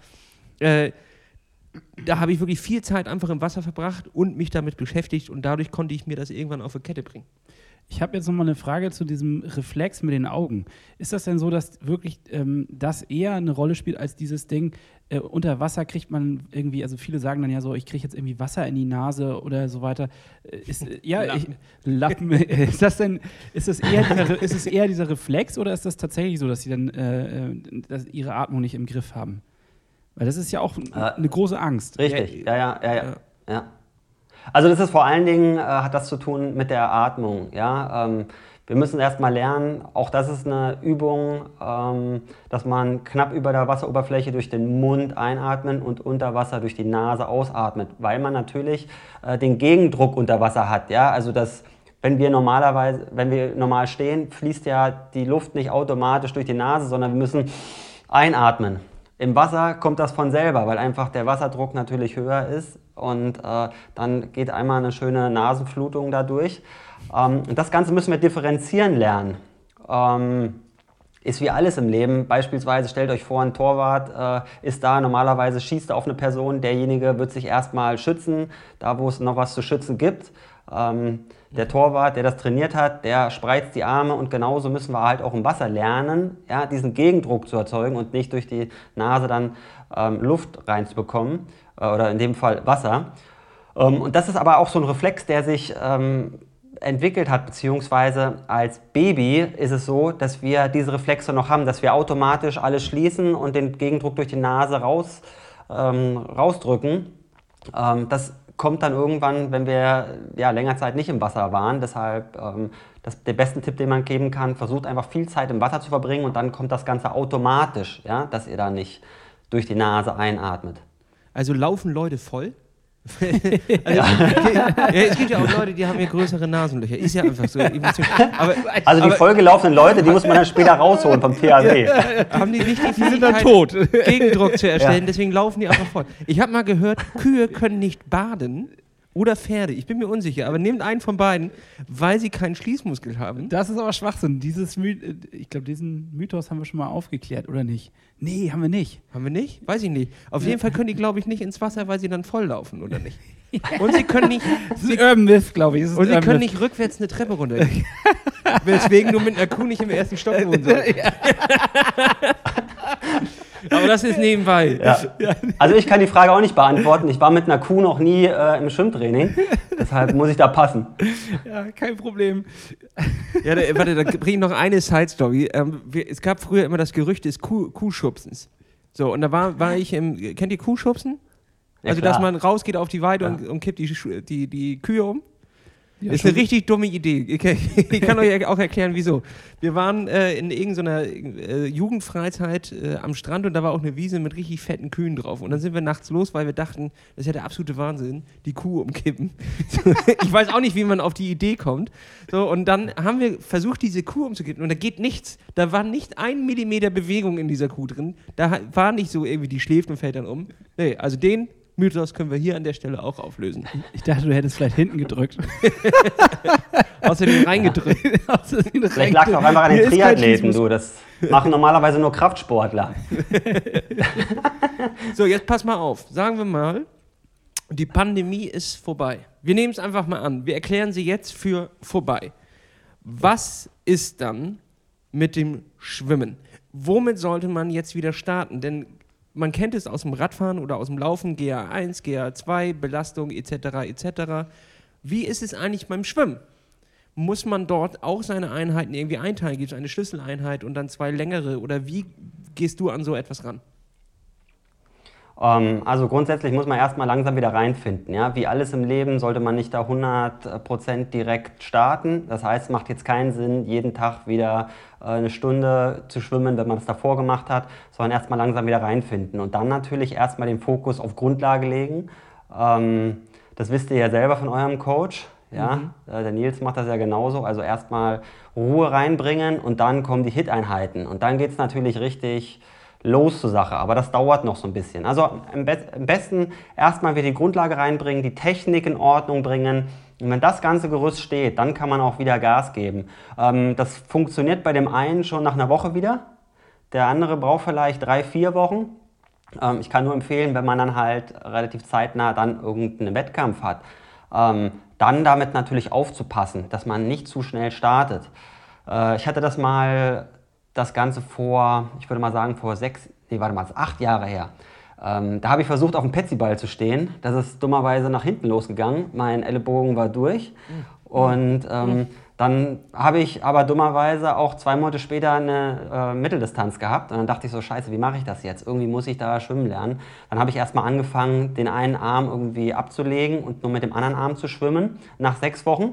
S2: Da habe ich wirklich viel Zeit einfach im Wasser verbracht und mich damit beschäftigt und dadurch konnte ich mir das irgendwann auf die Kette bringen.
S3: Ich habe jetzt nochmal eine Frage zu diesem Reflex mit den Augen. Ist das denn so, dass wirklich das eher eine Rolle spielt als dieses Ding, unter Wasser kriegt man irgendwie, also viele sagen dann ja so, ich kriege jetzt irgendwie Wasser in die Nase oder so weiter. Lappen. Ist das eher dieser Reflex oder ist das tatsächlich so, dass sie dann dass ihre Atmung nicht im Griff haben? Weil das ist ja auch eine große Angst.
S4: Richtig, ja. Also das ist vor allen Dingen, hat das zu tun mit der Atmung. Ja? Wir müssen erstmal lernen, auch das ist eine Übung, dass man knapp über der Wasseroberfläche durch den Mund einatmen und unter Wasser durch die Nase ausatmet, weil man natürlich den Gegendruck unter Wasser hat. Ja? Also wenn wir normal stehen, fließt ja die Luft nicht automatisch durch die Nase, sondern wir müssen einatmen. Im Wasser kommt das von selber, weil einfach der Wasserdruck natürlich höher ist und dann geht einmal eine schöne Nasenflutung dadurch. Und das Ganze müssen wir differenzieren lernen. Ist wie alles im Leben. Beispielsweise stellt euch vor, ein Torwart ist da, normalerweise schießt er auf eine Person, derjenige wird sich erstmal schützen, da wo es noch was zu schützen gibt. Der Torwart, der das trainiert hat, der spreizt die Arme und genauso müssen wir halt auch im Wasser lernen, ja, diesen Gegendruck zu erzeugen und nicht durch die Nase dann Luft reinzubekommen oder in dem Fall Wasser. Und das ist aber auch so ein Reflex, der sich entwickelt hat, beziehungsweise als Baby ist es so, dass wir diese Reflexe noch haben, dass wir automatisch alles schließen und den Gegendruck durch die Nase rausdrücken. Das kommt dann irgendwann, wenn wir länger Zeit nicht im Wasser waren. Deshalb der beste Tipp, den man geben kann, versucht einfach viel Zeit im Wasser zu verbringen und dann kommt das Ganze automatisch, ja, dass ihr da nicht durch die Nase einatmet.
S2: Also laufen Leute voll? Es gibt ja auch Leute, die haben ja größere Nasenlöcher. Ist ja einfach so.
S4: Also die vollgelaufenen Leute, die muss man dann später rausholen vom THW.
S2: Haben die nicht die Fähigkeit, Gegendruck zu erstellen, deswegen laufen die einfach voll. Ich habe mal gehört, Kühe können nicht baden oder Pferde. Ich bin mir unsicher, aber nehmt einen von beiden, weil sie keinen Schließmuskel haben.
S3: Das ist aber Schwachsinn. Ich glaube, diesen Mythos haben wir schon mal aufgeklärt, oder nicht? Nee, haben wir nicht.
S2: Haben wir nicht? Weiß ich nicht. Auf jeden Fall können die, glaube ich, nicht ins Wasser, weil sie dann volllaufen, oder nicht? Und sie können nicht...
S3: Das ist ein Urban Myth, glaube ich.
S2: Und sie können nicht rückwärts eine Treppe runtergehen. Weswegen du mit einer Kuh nicht im ersten Stock wohnen sollst. Aber das ist nebenbei.
S4: Ja. Also ich kann die Frage auch nicht beantworten. Ich war mit einer Kuh noch nie im Schwimmtraining. Deshalb muss ich da passen.
S3: Ja, kein Problem.
S2: Ja, da bringe ich noch eine Side-Story. Es gab früher immer das Gerücht des Kuhschubsens. So, und da war ich kennt ihr Kuhschubsen?
S4: Ja,
S2: also,
S4: klar.
S2: dass man rausgeht auf die Weide und kippt die Kühe um?
S3: Ja,
S2: ist eine richtig dumme Idee. Ich kann euch auch erklären, wieso. Wir waren in irgendeiner Jugendfreizeit am Strand und da war auch eine Wiese mit richtig fetten Kühen drauf. Und dann sind wir nachts los, weil wir dachten, das ist ja der absolute Wahnsinn, die Kuh umkippen. Ich weiß auch nicht, wie man auf die Idee kommt. So, und dann haben wir versucht, diese Kuh umzukippen und da geht nichts. Da war nicht 1 Millimeter Bewegung in dieser Kuh drin. Da war nicht so irgendwie, die schläft und fällt dann um. Nee, also den Mythos können wir hier an der Stelle auch auflösen.
S3: Ich dachte, du hättest vielleicht hinten gedrückt.
S2: Außerdem reingedrückt.
S4: Vielleicht lag es auch einfach an den Triathleten, du. Das machen normalerweise nur Kraftsportler.
S2: So, jetzt pass mal auf. Sagen wir mal, die Pandemie ist vorbei. Wir nehmen es einfach mal an. Wir erklären sie jetzt für vorbei. Was ist dann mit dem Schwimmen? Womit sollte man jetzt wieder starten? Denn man kennt es aus dem Radfahren oder aus dem Laufen, GA1, GA2, Belastung etc. etc. Wie ist es eigentlich beim Schwimmen? muss man dort auch seine Einheiten irgendwie einteilen? Gibt es eine Schlüsseleinheit und dann 2 längere? Oder wie gehst du an so etwas ran?
S4: Also grundsätzlich muss man erstmal langsam wieder reinfinden. Ja? Wie alles im Leben sollte man nicht da 100% direkt starten. Das heißt, es macht jetzt keinen Sinn, jeden Tag wieder eine Stunde zu schwimmen, wenn man es davor gemacht hat, sondern erstmal langsam wieder reinfinden. Und dann natürlich erstmal den Fokus auf Grundlage legen. Das wisst ihr ja selber von eurem Coach. Ja? Der Nils macht das ja genauso. Also erstmal Ruhe reinbringen und dann kommen die Hit-Einheiten. Und dann geht es natürlich richtig los zur Sache, aber das dauert noch so ein bisschen. Also am besten erstmal wieder die Grundlage reinbringen, die Technik in Ordnung bringen. Und wenn das ganze Gerüst steht, dann kann man auch wieder Gas geben. Das funktioniert bei dem einen schon nach einer Woche wieder. Der andere braucht vielleicht 3-4 Wochen. Ich kann nur empfehlen, wenn man dann halt relativ zeitnah dann irgendeinen Wettkampf hat, dann damit natürlich aufzupassen, dass man nicht zu schnell startet. Ich hatte das Ganze ich würde mal sagen, vor 8 Jahre her. Da habe ich versucht, auf dem Petsyball zu stehen. Das ist dummerweise nach hinten losgegangen. Mein Ellenbogen war durch. Und dann habe ich aber dummerweise auch 2 Monate später eine Mitteldistanz gehabt. Und dann dachte ich so, scheiße, wie mache ich das jetzt? Irgendwie muss ich da schwimmen lernen. Dann habe ich erstmal angefangen, den einen Arm irgendwie abzulegen und nur mit dem anderen Arm zu schwimmen. Nach 6 Wochen.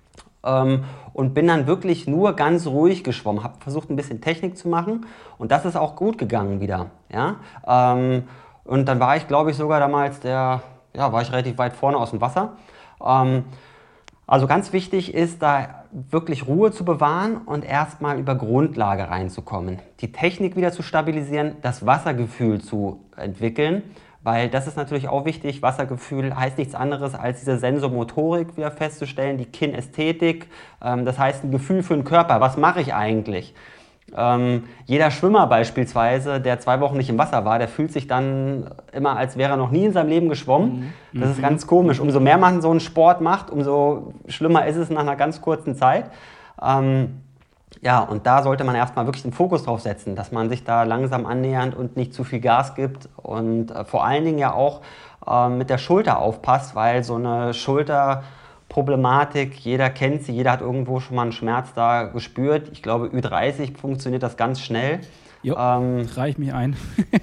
S4: Und bin dann wirklich nur ganz ruhig geschwommen, habe versucht, ein bisschen Technik zu machen und das ist auch gut gegangen wieder. Ja? Und dann war ich, glaube ich, sogar damals war ich relativ weit vorne aus dem Wasser. Also ganz wichtig ist, da wirklich Ruhe zu bewahren und erstmal über Grundlage reinzukommen. Die Technik wieder zu stabilisieren, das Wassergefühl zu entwickeln. Weil das ist natürlich auch wichtig, Wassergefühl heißt nichts anderes als diese Sensomotorik wieder festzustellen, die Kinästhetik, das heißt ein Gefühl für den Körper, was mache ich eigentlich? Jeder Schwimmer beispielsweise, der 2 Wochen nicht im Wasser war, der fühlt sich dann immer, als wäre er noch nie in seinem Leben geschwommen. Das ist ganz komisch. Umso mehr man so einen Sport macht, umso schlimmer ist es nach einer ganz kurzen Zeit. Ja, und da sollte man erstmal wirklich den Fokus drauf setzen, dass man sich da langsam annähernd und nicht zu viel Gas gibt und vor allen Dingen ja auch mit der Schulter aufpasst, weil so eine Schulterproblematik, jeder kennt sie, jeder hat irgendwo schon mal einen Schmerz da gespürt. Ich glaube, Ü30 funktioniert das ganz schnell.
S3: Jo, reich mich ein.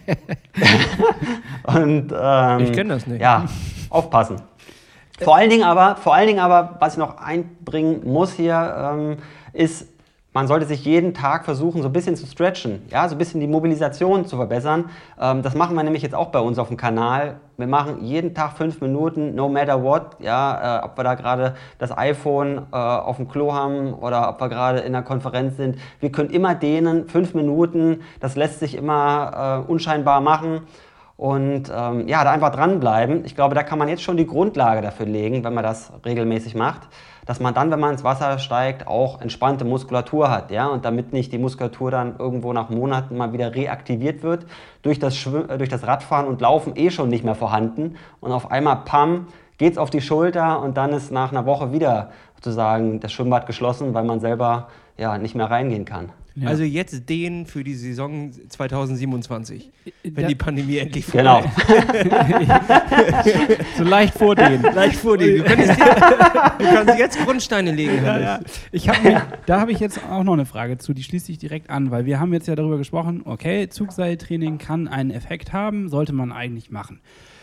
S4: Und,
S2: ich kenne das nicht.
S4: Ja, aufpassen. Vor allen Dingen aber, was ich noch einbringen muss hier, ist, man sollte sich jeden Tag versuchen, so ein bisschen zu stretchen, ja, so ein bisschen die Mobilisation zu verbessern. Das machen wir nämlich jetzt auch bei uns auf dem Kanal. Wir machen jeden Tag 5 Minuten, no matter what, ja, ob wir da gerade das iPhone auf dem Klo haben oder ob wir gerade in einer Konferenz sind. Wir können immer dehnen, 5 Minuten, das lässt sich immer unscheinbar machen. Und da einfach dranbleiben. Ich glaube, da kann man jetzt schon die Grundlage dafür legen, wenn man das regelmäßig macht, dass man dann, wenn man ins Wasser steigt, auch entspannte Muskulatur hat. Ja? Und damit nicht die Muskulatur dann irgendwo nach Monaten mal wieder reaktiviert wird, durch das Radfahren und Laufen schon nicht mehr vorhanden. Und auf einmal, pam, geht's auf die Schulter und dann ist nach einer Woche wieder sozusagen das Schwimmbad geschlossen, weil man selber nicht mehr reingehen kann.
S2: Ja. Also jetzt den für die Saison 2027, wenn die Pandemie endlich vorbei ist.
S3: Genau. So leicht vor denen.
S2: Leicht vor denen. Du kannst jetzt Grundsteine legen.
S3: Ja. Da habe ich jetzt auch noch eine Frage zu, die schließt sich direkt an, weil wir haben jetzt ja darüber gesprochen, okay, Zugseiltraining kann einen Effekt haben, sollte man eigentlich machen.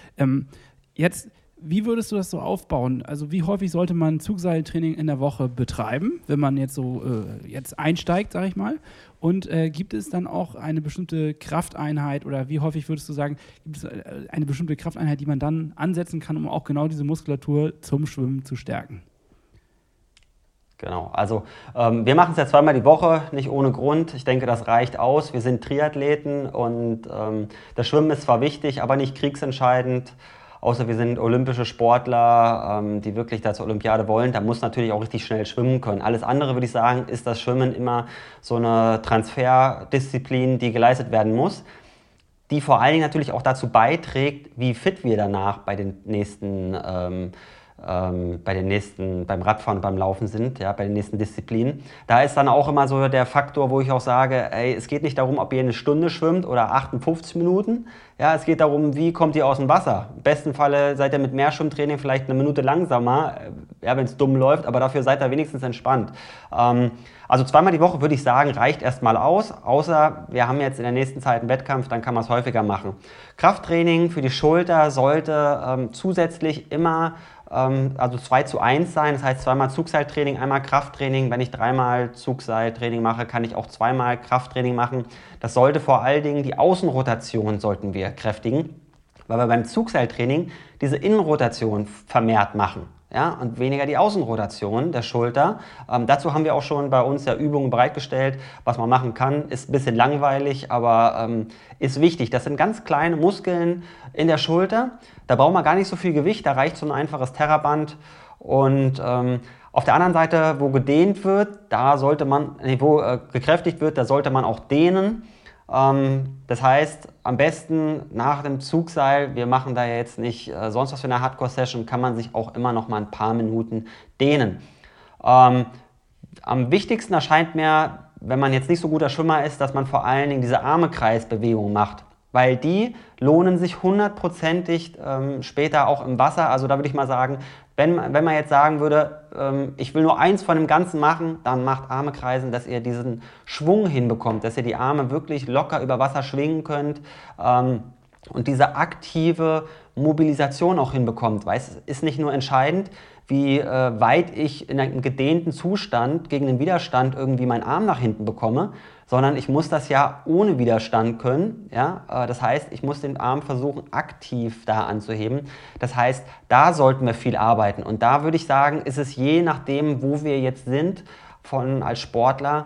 S3: Wie würdest du das so aufbauen? Also wie häufig sollte man Zugseiltraining in der Woche betreiben, wenn man jetzt so jetzt einsteigt, sage ich mal? Und gibt es dann auch eine bestimmte Krafteinheit oder wie häufig würdest du sagen, gibt es eine bestimmte Krafteinheit, die man dann ansetzen kann, um auch genau diese Muskulatur zum Schwimmen zu stärken?
S4: Genau, also wir machen es ja 2-mal die Woche, nicht ohne Grund. Ich denke, das reicht aus. Wir sind Triathleten und das Schwimmen ist zwar wichtig, aber nicht kriegsentscheidend. Außer wir sind olympische Sportler, die wirklich da zur Olympiade wollen. Da muss natürlich auch richtig schnell schwimmen können. Alles andere, würde ich sagen, ist das Schwimmen immer so eine Transferdisziplin, die geleistet werden muss, die vor allen Dingen natürlich auch dazu beiträgt, wie fit wir danach beim Radfahren und beim Laufen sind, ja, bei den nächsten Disziplinen. Da ist dann auch immer so der Faktor, wo ich auch sage, es geht nicht darum, ob ihr eine Stunde schwimmt oder 58 Minuten. Ja, es geht darum, wie kommt ihr aus dem Wasser. Im besten Falle seid ihr mit mehr Schwimmtraining vielleicht eine Minute langsamer. ja, wenn es dumm läuft, aber dafür seid ihr wenigstens entspannt. Also 2-mal die Woche würde ich sagen, reicht erstmal aus, außer wir haben jetzt in der nächsten Zeit einen Wettkampf, dann kann man es häufiger machen. Krafttraining für die Schulter sollte zusätzlich immer also 2:1 sein, das heißt 2-mal Zugseiltraining, einmal Krafttraining. Wenn ich 3-mal Zugseiltraining mache, kann ich auch 2-mal Krafttraining machen. Das sollte vor allen Dingen die Außenrotation sollten wir kräftigen, weil wir beim Zugseiltraining diese Innenrotation vermehrt machen. Ja, und weniger die Außenrotation der Schulter. Dazu haben wir auch schon bei uns ja Übungen bereitgestellt, was man machen kann. Ist ein bisschen langweilig, aber ist wichtig. Das sind ganz kleine Muskeln in der Schulter. Da braucht man gar nicht so viel Gewicht, da reicht so ein einfaches Terraband. Und auf der anderen Seite, wo gedehnt wird, da sollte man, wo gekräftigt wird, da sollte man auch dehnen. Das heißt, am besten nach dem Zugseil, wir machen da jetzt nicht sonst was für eine Hardcore-Session, kann man sich auch immer noch mal ein paar Minuten dehnen. Am wichtigsten erscheint mir, wenn man jetzt nicht so guter Schwimmer ist, dass man vor allen Dingen diese Arme-Kreis-Bewegung macht, weil die lohnen sich 100%ig später auch im Wasser. Also da würde ich mal sagen, wenn man jetzt sagen würde, ich will nur eins von dem Ganzen machen, dann macht Arme kreisen, dass ihr diesen Schwung hinbekommt, dass ihr die Arme wirklich locker über Wasser schwingen könnt und diese aktive Mobilisation auch hinbekommt. Weil es ist nicht nur entscheidend, wie weit ich in einem gedehnten Zustand gegen den Widerstand irgendwie meinen Arm nach hinten bekomme, sondern ich muss das ja ohne Widerstand können. Ja? Das heißt, ich muss den Arm versuchen, aktiv da anzuheben. Das heißt, da sollten wir viel arbeiten. Und da würde ich sagen, ist es je nachdem, wo wir jetzt sind, als Sportler,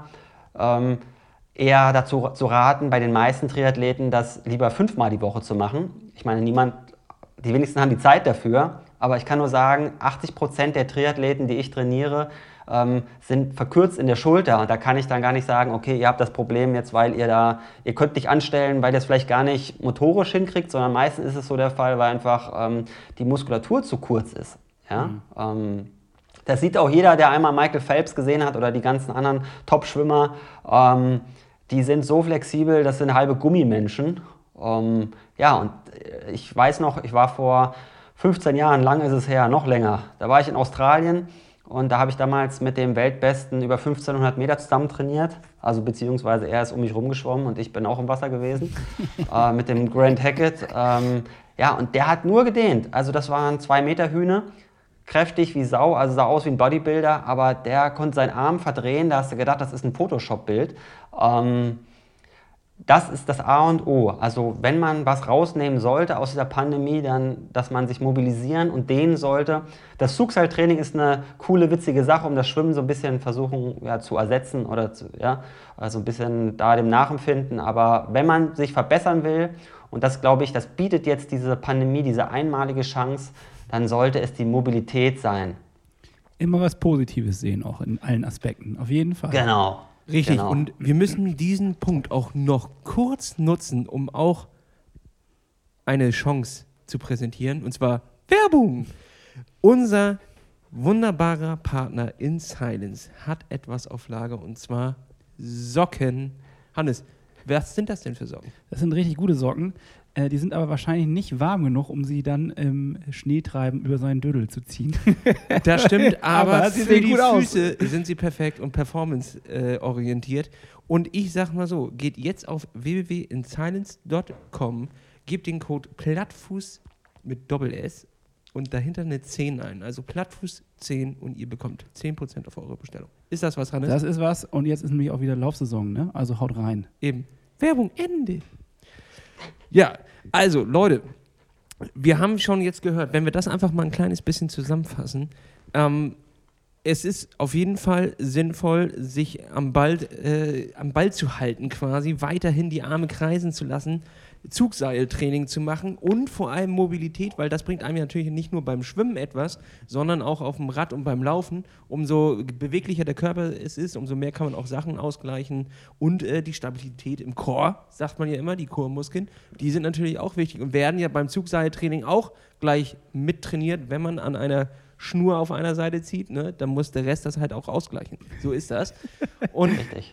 S4: eher dazu zu raten, bei den meisten Triathleten das lieber 5-mal die Woche zu machen. Ich meine, die wenigsten haben die Zeit dafür, aber ich kann nur sagen, 80% der Triathleten, die ich trainiere, sind verkürzt in der Schulter. Und da kann ich dann gar nicht sagen, okay, ihr habt das Problem jetzt, weil ihr könnt nicht anstellen, weil ihr es vielleicht gar nicht motorisch hinkriegt, sondern meistens ist es so der Fall, weil einfach die Muskulatur zu kurz ist. Ja? Das sieht auch jeder, der einmal Michael Phelps gesehen hat oder die ganzen anderen Top-Schwimmer. Die sind so flexibel, das sind halbe Gummimenschen. Ja, und ich weiß noch, ich war vor 15 Jahren, lang ist es her, noch länger, da war ich in Australien und da habe ich damals mit dem Weltbesten über 1500 Meter zusammen trainiert, also beziehungsweise er ist um mich rumgeschwommen und ich bin auch im Wasser gewesen, mit dem Grant Hackett. Ja, und der hat nur gedehnt, also das waren 2 Meter Hühne, kräftig wie Sau, also sah aus wie ein Bodybuilder, aber der konnte seinen Arm verdrehen, da hast du gedacht, das ist ein Photoshop-Bild. Das ist das A und O. Also wenn man was rausnehmen sollte aus dieser Pandemie, dann, dass man sich mobilisieren und dehnen sollte. Das Zugseiltraining ist eine coole, witzige Sache, um das Schwimmen so ein bisschen versuchen zu ersetzen oder also ein bisschen da dem nachempfinden. Aber wenn man sich verbessern will, und das glaube ich, das bietet jetzt diese Pandemie, diese einmalige Chance, dann sollte es die Mobilität sein.
S3: Immer was Positives sehen, auch in allen Aspekten, auf jeden Fall.
S4: Genau.
S2: Richtig,
S4: genau.
S2: Und wir müssen diesen Punkt auch noch kurz nutzen, um auch eine Chance zu präsentieren, und zwar Werbung. Unser wunderbarer Partner In Silence hat etwas auf Lager, und zwar Socken. Hannes, was sind das denn für Socken?
S3: Das sind richtig gute Socken. Die sind aber wahrscheinlich nicht warm genug, um sie dann im Schneetreiben über seinen Dödel zu ziehen.
S2: Das stimmt, aber
S3: sie
S2: für
S3: sehen
S2: die
S3: gut aus.
S2: Füße sind sie perfekt und performance-orientiert. Und ich sag mal so, geht jetzt auf www.insilence.com, gebt den Code Plattfuß mit Doppel-S und dahinter eine 10 ein. Also Plattfuß 10 und ihr bekommt 10% auf eure Bestellung. Ist das was, Hannes?
S3: Das ist was. Und jetzt ist nämlich auch wieder Laufsaison, ne? Also haut rein.
S2: Eben. Werbung, Ende. Ja, also Leute, wir haben schon jetzt gehört, wenn wir das einfach mal ein kleines bisschen zusammenfassen, es ist auf jeden Fall sinnvoll, sich am Ball zu halten quasi, weiterhin die Arme kreisen zu lassen, Zugseiltraining zu machen und vor allem Mobilität, weil das bringt einem ja natürlich nicht nur beim Schwimmen etwas, sondern auch auf dem Rad und beim Laufen. Umso beweglicher der Körper es ist, umso mehr kann man auch Sachen ausgleichen und die Stabilität im Core, sagt man ja immer, die Core-Muskeln, die sind natürlich auch wichtig und werden ja beim Zugseiltraining auch gleich mittrainiert, wenn man an einer Schnur auf einer Seite zieht, ne, dann muss der Rest das halt auch ausgleichen. So ist das. Und
S4: Richtig.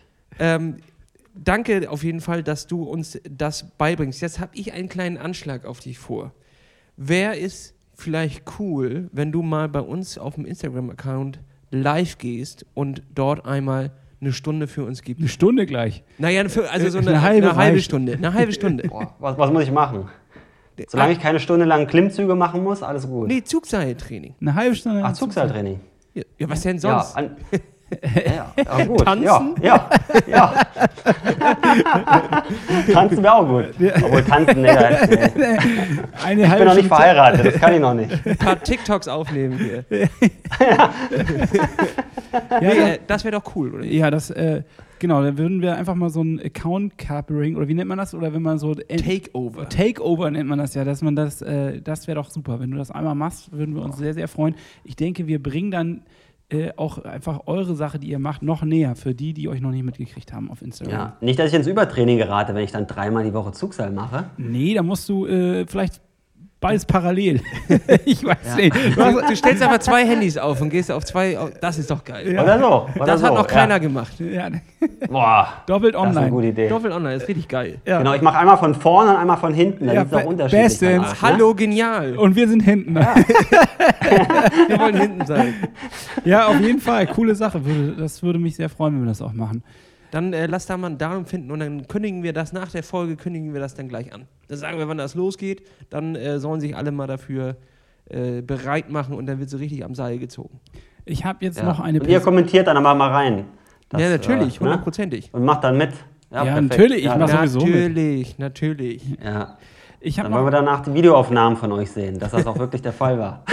S2: Danke auf jeden Fall, dass du uns das beibringst. Jetzt habe ich einen kleinen Anschlag auf dich vor. Wer ist vielleicht cool, wenn du mal bei uns auf dem Instagram-Account live gehst und dort einmal eine Stunde für uns gibst.
S3: Eine Stunde gleich?
S2: Naja, also so eine halbe Stunde. Eine halbe Stunde.
S4: Boah, was muss ich machen? Solange ich keine Stunde lang Klimmzüge machen muss, alles gut.
S2: Nee, Zugseiltraining.
S3: Eine halbe Stunde?
S4: Ach, Zugseiltraining.
S2: Ja, was denn sonst?
S4: Ja, gut.
S2: Tanzen?
S4: Ja. Tanzen wäre auch gut. Obwohl tanzen, nee. Ich bin noch nicht verheiratet, das kann ich noch nicht.
S2: Ein paar TikToks aufnehmen hier. Das wäre doch cool, oder?
S3: Ja, genau, dann würden wir einfach mal so ein Account-Capering, oder wie nennt man das? Oder wenn man so...
S2: Takeover.
S3: Takeover nennt man das ja, dass man das wäre doch super. Wenn du das einmal machst, würden wir uns sehr, sehr freuen. Ich denke, wir bringen dann auch einfach eure Sache, die ihr macht, noch näher für die euch noch nicht mitgekriegt haben auf Instagram.
S4: Ja, nicht, dass ich ins Übertraining gerate, wenn ich dann 3-mal die Woche Zugseil mache.
S3: Nee, da musst du vielleicht beides parallel. Ich weiß nicht.
S2: Du stellst einfach 2 Handys auf und gehst auf 2. Das ist doch geil.
S4: Ja. Oder so.
S2: Das hat noch keiner gemacht.
S3: Ja.
S4: Boah,
S3: Doppelt online.
S4: Das ist eine gute Idee.
S2: Doppelt online, das ist richtig geil.
S3: Ja.
S4: Genau, ich mache einmal von vorne und einmal von hinten. Das ist auch unterschiedlich.
S3: Bestens.
S2: Hallo, genial.
S3: Und wir sind hinten.
S4: Ja.
S2: Wir wollen hinten sein.
S3: Ja, auf jeden Fall. Coole Sache. Das würde mich sehr freuen, wenn wir das auch machen.
S2: Dann lass da mal ein Datum finden und dann kündigen wir das nach der Folge, dann gleich an. Dann sagen wir, wann das losgeht, dann sollen sich alle mal dafür bereit machen und dann wird so richtig am Seil gezogen.
S3: Ich habe jetzt noch eine...
S4: Und ihr kommentiert dann aber mal rein.
S2: Das, ja, natürlich, 100%.
S4: Und macht dann mit.
S3: Ja, natürlich, ich mache sowieso
S2: mit. Natürlich.
S4: Ja.
S3: Dann
S4: wollen wir danach die Videoaufnahmen von euch sehen, dass das auch wirklich der Fall war.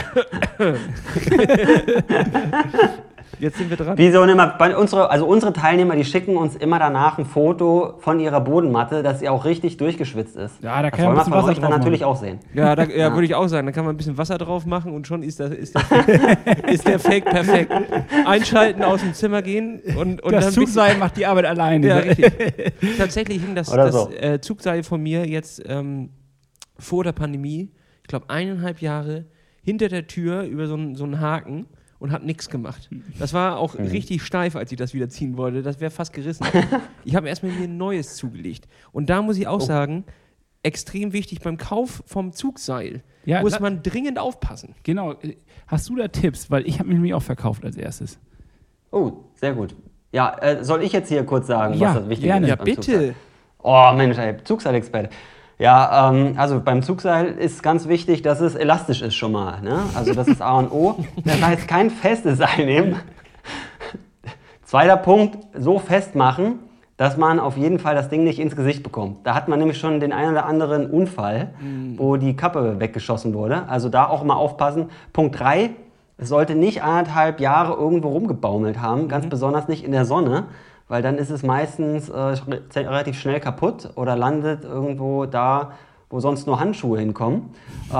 S2: Jetzt sind wir dran.
S4: Wie so immer, unsere Teilnehmer, die schicken uns immer danach ein Foto von ihrer Bodenmatte, dass sie auch richtig durchgeschwitzt ist.
S3: Ja, da kann man ein bisschen Wasser drauf machen.
S4: Natürlich auch sehen.
S2: Ja, würde ich auch sagen. Da kann man ein bisschen Wasser drauf machen und schon ist der Fake perfekt. Einschalten, aus dem Zimmer gehen und
S3: das
S2: dann
S3: Zugseil macht die Arbeit alleine.
S2: Ja, richtig. Tatsächlich hing das Zugseil von mir jetzt vor der Pandemie, ich glaube 1,5 Jahre, hinter der Tür über so einen Haken. Und hat nichts gemacht. Das war auch richtig steif, als ich das wieder ziehen wollte. Das wäre fast gerissen. Ich habe erstmal mir ein neues zugelegt. Und da muss ich auch sagen, extrem wichtig beim Kauf vom Zugseil, muss man dringend aufpassen.
S3: Genau. Hast du da Tipps? Weil ich habe mich nämlich auch verkauft als erstes.
S4: Oh, sehr gut. Ja, soll ich jetzt hier kurz sagen, was das Wichtige ist?
S2: Ja, bitte.
S4: Zugseil? Oh Mensch, ey, Zugseilexperte. Ja, also beim Zugseil ist ganz wichtig, dass es elastisch ist schon mal. Ne? Also das ist A und O. Das heißt, kein festes Seil nehmen. Zweiter Punkt, so festmachen, dass man auf jeden Fall das Ding nicht ins Gesicht bekommt. Da hat man nämlich schon den einen oder anderen Unfall, wo die Kappe weggeschossen wurde. Also da auch mal aufpassen. Punkt 3, es sollte nicht 1,5 Jahre irgendwo rumgebaumelt haben, ganz besonders nicht in der Sonne. Weil dann ist es meistens relativ schnell kaputt oder landet irgendwo da, wo sonst nur Handschuhe hinkommen.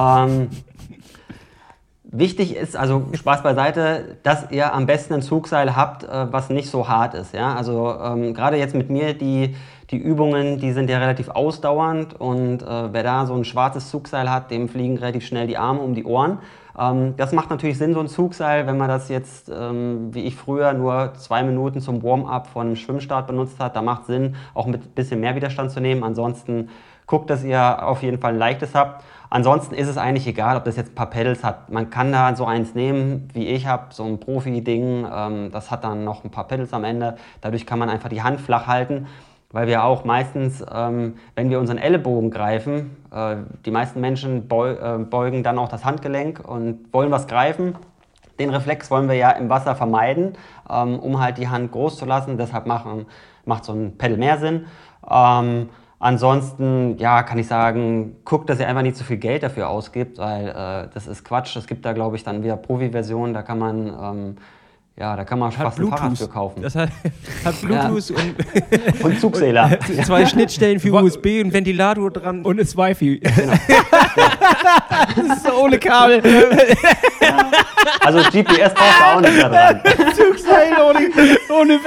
S4: Wichtig ist, also Spaß beiseite, dass ihr am besten ein Zugseil habt, was nicht so hart ist. Ja? Also gerade jetzt mit mir, die Übungen, die sind ja relativ ausdauernd und wer da so ein schwarzes Zugseil hat, dem fliegen relativ schnell die Arme um die Ohren. Das macht natürlich Sinn, so ein Zugseil, wenn man das jetzt, wie ich früher, nur 2 Minuten zum Warm-up von einem Schwimmstart benutzt hat. Da macht Sinn, auch mit ein bisschen mehr Widerstand zu nehmen. Ansonsten guckt, dass ihr auf jeden Fall ein leichtes habt. Ansonsten ist es eigentlich egal, ob das jetzt ein paar Pedals hat. Man kann da so eins nehmen, wie ich habe, so ein Profi-Ding. Das hat dann noch ein paar Pedals am Ende. Dadurch kann man einfach die Hand flach halten. Weil wir auch meistens, wenn wir unseren Ellenbogen greifen, die meisten Menschen beugen dann auch das Handgelenk und wollen was greifen. Den Reflex wollen wir ja im Wasser vermeiden, um halt die Hand groß zu lassen. Deshalb macht so ein Pedal mehr Sinn. Ansonsten, ja, kann ich sagen, guckt, dass ihr einfach nicht zu viel Geld dafür ausgibt, weil das ist Quatsch. Es gibt da, glaube ich, dann wieder Profi-Versionen, da kann man fast ein Fahrrad für kaufen.
S2: Das hat Bluetooth
S4: und Zugzähler.
S2: 2 Schnittstellen für USB und Ventilator dran.
S3: Und ist Wi-Fi.
S4: Genau.
S3: Das ist so ohne Kabel.
S4: Also GPS braucht ihr auch nicht da dran.
S3: Zugseil ohne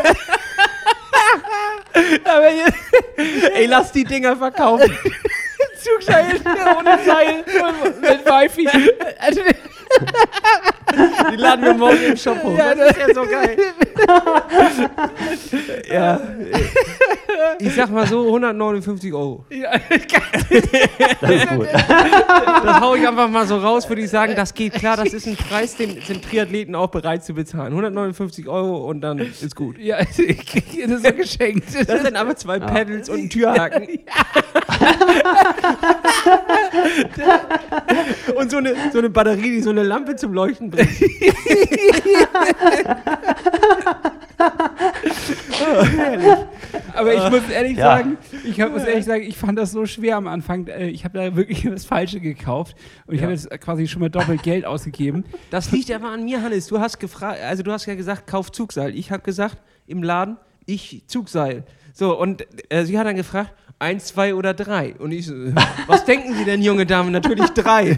S3: Aber
S2: ey, lass die Dinger verkaufen.
S3: Zugseil ohne Seil mit Wi-Fi.
S2: Laden wir morgen im Shop hoch.
S3: Ja,
S2: das ist ja so geil. Ja. Ich sag mal so, 159 €.
S3: Ja,
S4: Das ist gut.
S2: Das hau ich einfach mal so raus, würde ich sagen, das geht klar, das ist ein Preis, den sind Triathleten auch bereit zu bezahlen. 159 € und dann ist gut.
S3: ja, ich kriege das so geschenkt.
S2: Das sind aber 2 Pedals und ein Türhaken. Und so eine Batterie, die so eine Lampe zum Leuchten bringt.
S3: Aber ich muss ehrlich sagen, ich fand das so schwer am Anfang. Ich habe da wirklich das Falsche gekauft und ich habe jetzt quasi schon mal doppelt Geld ausgegeben.
S2: Das liegt aber an mir, Hannes. Du hast gefragt, also du hast ja gesagt, kauf Zugseil. Ich habe gesagt, im Laden, ich Zugseil. So, und sie hat dann gefragt, 1, 2 oder 3. Und ich so, was denken Sie denn, junge Dame? Natürlich 3.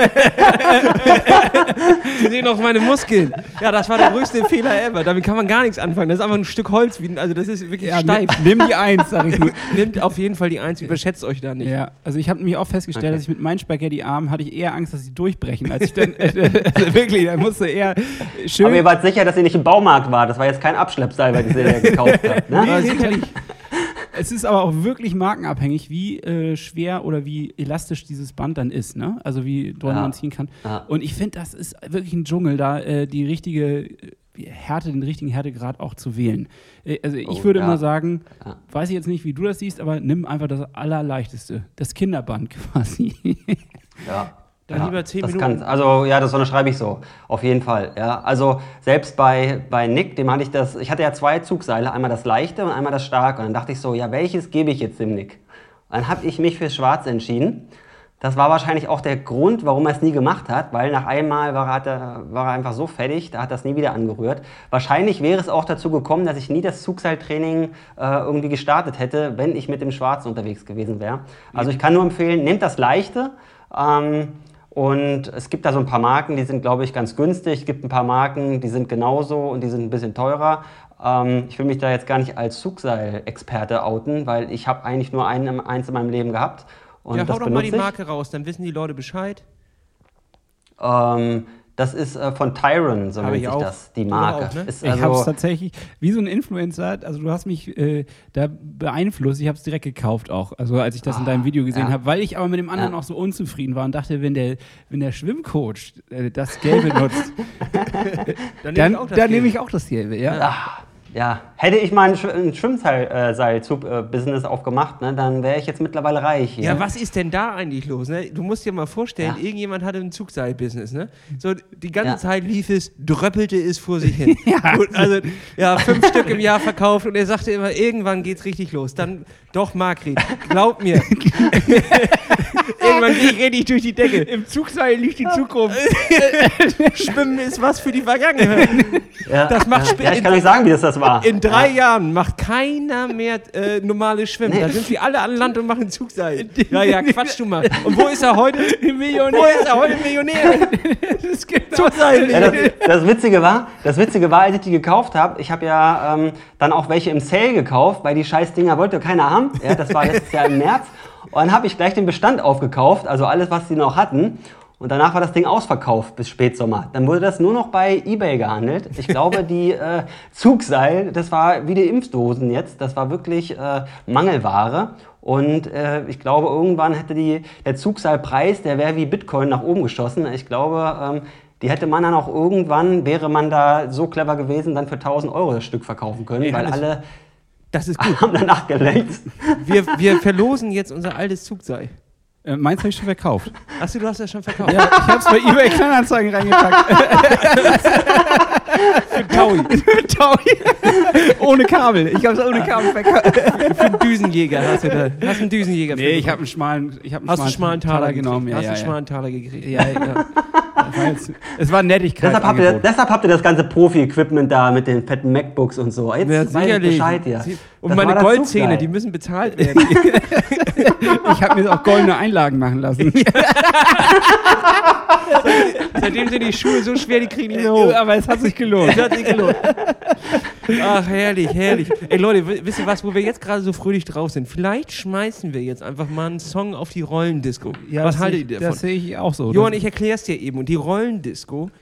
S2: Sie sehen auch meine Muskeln. Ja, das war der größte Fehler ever. Damit kann man gar nichts anfangen. Das ist einfach ein Stück Holz. Also das ist wirklich steif.
S3: Nimm die 1, sag ich nur.
S2: Nehmt auf jeden Fall die 1. Überschätzt euch da nicht.
S3: Ja, also ich habe nämlich auch festgestellt, dass ich mit meinen Spaghetti-Armen hatte ich eher Angst, dass sie durchbrechen, als ich dann, also wirklich, da musste eher schön...
S4: Aber ihr wart sicher, dass ihr nicht im Baumarkt war. Das war jetzt kein Abschleppseil, weil ihr gekauft habt. Ne?
S3: Nee, sicherlich. Es ist aber auch wirklich markenabhängig, wie schwer oder wie elastisch dieses Band dann ist, ne? Also wie doll man ziehen kann. Ja. Und ich finde, das ist wirklich ein Dschungel, da die richtige Härte, den richtigen Härtegrad auch zu wählen. Also ich würde immer sagen, weiß ich jetzt nicht, wie du das siehst, aber nimm einfach das Allerleichteste, das Kinderband quasi.
S4: Ja.
S2: Dann lieber 10 Minuten.
S4: Das unterschreibe ich so. Auf jeden Fall. Ja. Also selbst bei Nick, dem hatte ich hatte ja 2 Zugseile, einmal das leichte und einmal das starke. Und dann dachte ich so, ja, welches gebe ich jetzt dem Nick? Und dann habe ich mich für Schwarz entschieden. Das war wahrscheinlich auch der Grund, warum er es nie gemacht hat, weil nach einmal war er einfach so fertig, da hat er es nie wieder angerührt. Wahrscheinlich wäre es auch dazu gekommen, dass ich nie das Zugseiltraining irgendwie gestartet hätte, wenn ich mit dem Schwarzen unterwegs gewesen wäre. Also ich kann nur empfehlen, nehmt das leichte. Und es gibt da so ein paar Marken, die sind, glaube ich, ganz günstig. Es gibt ein paar Marken, die sind genauso und die sind ein bisschen teurer. Ich will mich da jetzt gar nicht als Zugseil-Experte outen, weil ich habe eigentlich nur eins in meinem Leben gehabt. Und
S2: ja, hau doch mal die Marke raus, dann wissen die Leute Bescheid.
S4: Das ist von Tyron, so nennt sich das, die Marke.
S2: Auch, ne?
S3: Ich habe es tatsächlich, wie so ein Influencer, also du hast mich da beeinflusst, ich habe es direkt gekauft auch, also als ich das in deinem Video gesehen habe, weil ich aber mit dem anderen auch so unzufrieden war und dachte, wenn der Schwimmcoach das Gelbe nutzt, dann nehme ich auch das Gelbe. Ja.
S4: Ja, hätte ich mal ein Schwimmseilzug-Business aufgemacht, ne, dann wäre ich jetzt mittlerweile reich.
S2: Ja, was ist denn da eigentlich los? Ne? Du musst dir mal vorstellen, irgendjemand hatte ein Zugseil-Business. Ne? So, die ganze Zeit lief es, dröppelte es vor sich hin. Und also, 5 Stück im Jahr verkauft und er sagte immer, irgendwann geht's richtig los. Dann doch, Margret, glaub mir. Irgendwann gehe ich richtig durch die Decke.
S3: Im Zugseil liegt die Zukunft.
S2: Schwimmen ist was für die Vergangenheit.
S4: Das macht ich kann euch sagen, wie das war.
S2: In 3 Jahren macht keiner mehr normales Schwimmen. Da sind wir alle an Land und machen Zugseil. Ja, Quatsch du mal. Und wo ist er heute? Millionär. Wo ist er heute? Millionär.
S3: Das gibt Zugseil.
S4: Ja, das Witzige war, als ich die gekauft habe, ich habe ja dann auch welche im Sale gekauft, weil die Scheißdinger wollte keiner haben. Ja, das war letztes Jahr im März. Und dann habe ich gleich den Bestand aufgekauft, also alles, was die noch hatten. Und danach war das Ding ausverkauft bis Spätsommer. Dann wurde das nur noch bei eBay gehandelt. Ich glaube, die Zugseil, das war wie die Impfdosen jetzt. Das war wirklich Mangelware. Und ich glaube, irgendwann hätte der Zugseilpreis, der wäre wie Bitcoin nach oben geschossen. Ich glaube, die hätte man dann auch irgendwann, wäre man da so clever gewesen, dann für 1.000 € das Stück verkaufen können. Weil alle haben danach gelenkt.
S2: Wir verlosen jetzt unser altes Zugseil.
S3: Meins habe ich schon verkauft.
S2: Achso, du hast das schon verkauft?
S3: Ja, ich habe es bei eBay Kleinanzeigen reingepackt.
S2: Für Taui.
S3: Ohne Kabel. Ich habe es ohne Kabel verkauft.
S2: Für einen Düsenjäger hast du da. Hast einen Düsenjäger.
S3: Nee, ich habe einen schmalen
S2: Taler
S3: genommen.
S2: Hast einen schmalen Taler gekriegt.
S3: Ja. Es war Nettigkeit.
S4: Deshalb habt ihr das ganze Profi-Equipment da mit den fetten MacBooks und so. Jetzt weiß ich Bescheid, ja.
S2: Und meine Goldzähne, die müssen bezahlt werden.
S3: Ich habe mir auch goldene Einlagen machen lassen.
S2: Seitdem sind die Schuhe so schwer, die kriegen nicht mehr hoch.
S3: Aber es hat sich gelohnt.
S2: Ach, herrlich. Ey Leute, wisst ihr was, wo wir jetzt gerade so fröhlich drauf sind? Vielleicht schmeißen wir jetzt einfach mal einen Song auf die Rollendisco.
S3: Ja,
S2: was haltet ihr davon?
S3: Das sehe ich auch so.
S2: Johann, ich erkläre es dir eben. Und die Rollendisco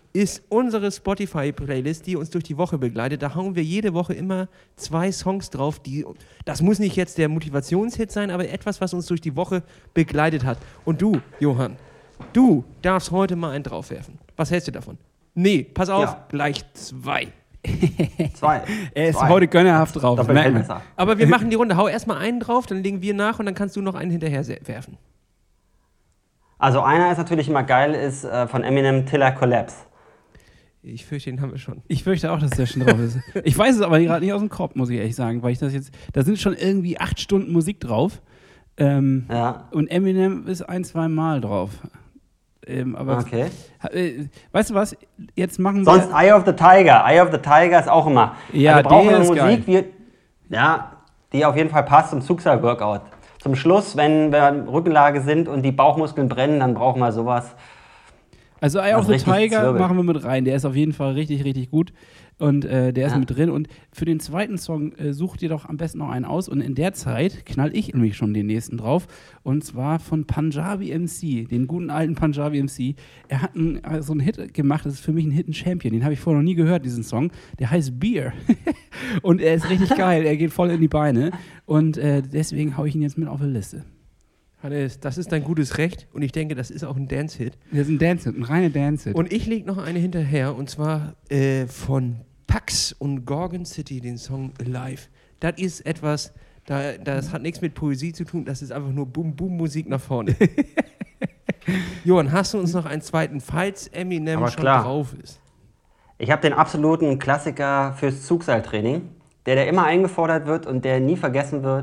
S2: ist unsere Spotify-Playlist, die uns durch die Woche begleitet. Da hauen wir jede Woche immer 2 Songs drauf, das muss nicht jetzt der Motivationshit sein, aber etwas, was uns durch die Woche begleitet hat. Und du, Johann, du darfst heute mal einen draufwerfen. Was hältst du davon? Nee, pass auf, gleich 2.
S4: 2.
S3: Er ist heute gönnerhaft drauf.
S2: Aber wir machen die Runde. Hau erstmal einen drauf, dann legen wir nach und dann kannst du noch einen hinterher werfen.
S4: Also einer ist natürlich immer geil, ist von Eminem Till I Collapse.
S2: Ich fürchte, den haben wir schon.
S3: Ich fürchte auch, dass der schon drauf ist. Ich weiß es aber gerade nicht aus dem Kopf, muss ich ehrlich sagen, weil ich das jetzt, da sind schon irgendwie 8 Stunden Musik drauf. Und Eminem ist 1-2 Mal drauf. Aber
S4: okay.
S3: Weißt du was? Jetzt machen wir.
S4: Sonst Eye of the Tiger. Eye of the Tiger ist auch immer.
S3: Ja,
S4: also brauchen wir
S3: ist
S4: Musik, die auf jeden Fall passt zum Zugseil-Workout. Zum Schluss, wenn wir in Rückenlage sind und die Bauchmuskeln brennen, dann brauchen wir sowas.
S3: Also Eye of the Tiger machen wir mit rein. Der ist auf jeden Fall richtig, richtig gut. Und der ist mit drin. Und für den zweiten Song such dir doch am besten noch einen aus. Und in der Zeit knall ich nämlich schon den nächsten drauf. Und zwar von Punjabi MC, den guten alten Punjabi MC. Er hat so einen Hit gemacht, das ist für mich ein Hidden Champion. Den habe ich vorher noch nie gehört, diesen Song. Der heißt Beer. Und er ist richtig geil. Er geht voll in die Beine. Und deswegen haue ich ihn jetzt mit auf die Liste.
S2: Das ist dein gutes Recht und ich denke, das ist auch ein Dance-Hit.
S3: Das ist ein Dance-Hit, ein reiner Dance-Hit.
S2: Und ich lege noch eine hinterher und zwar von Pax und Gorgon City, den Song Alive. Das ist etwas, das hat nichts mit Poesie zu tun, das ist einfach nur Boom-Boom-Musik nach vorne. Johann, hast du uns noch einen zweiten, falls Eminem schon drauf ist?
S4: Ich habe den absoluten Klassiker fürs Zugseiltraining, der immer eingefordert wird und der nie vergessen wird.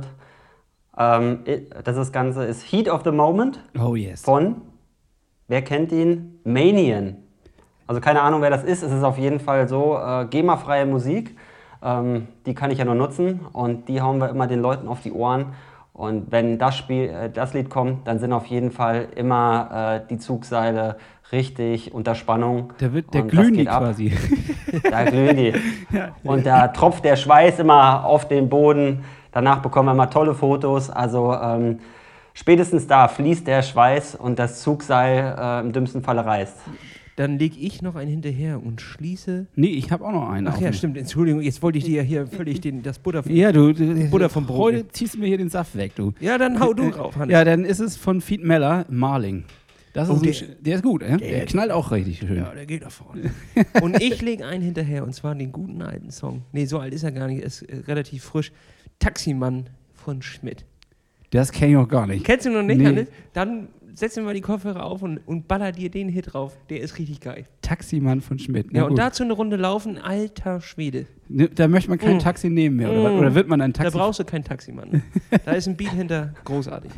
S4: Das Ganze ist Heat of the Moment von, wer kennt ihn? Manian. Also keine Ahnung, wer das ist. Es ist auf jeden Fall so GEMA-freie Musik. Die kann ich ja nur nutzen und die hauen wir immer den Leuten auf die Ohren. Und wenn das Lied kommt, dann sind auf jeden Fall immer die Zugseile richtig unter Spannung.
S3: Der glühen die quasi.
S4: Da glühen die. Und da tropft der Schweiß immer auf den Boden. Danach bekommen wir mal tolle Fotos. Also spätestens da fließt der Schweiß und das Zugseil im dümmsten Falle reißt.
S2: Dann lege ich noch einen hinterher und schließe.
S3: Nee, ich habe auch noch einen.
S2: Ach ja, stimmt. Entschuldigung, jetzt wollte ich dir ja hier völlig das Butter vom Brot.
S3: Heute ziehst du mir hier den Saft weg, du.
S2: Ja, dann hau du drauf, Hannes.
S3: Ja, dann ist es von Feet Meller, Marling. Der ist gut, der knallt auch richtig schön.
S2: Ja, der geht da vorne. Und ich lege einen hinterher, und zwar den guten alten Song. Nee, so alt ist er gar nicht, ist relativ frisch. Taximann von Schmidt.
S3: Das kenne ich auch gar nicht.
S2: Kennst du noch nicht, Hannes? Dann setzen wir mal die Kopfhörer auf und baller dir den Hit drauf. Der ist richtig geil.
S3: Taximann von Schmidt.
S2: Ja, und dazu eine Runde laufen, alter Schwede.
S3: Da möchte man kein Taxi nehmen mehr, oder wird man ein Taxi?
S2: Da brauchst du keinen Taximann. Da ist ein Beat hinter, großartig.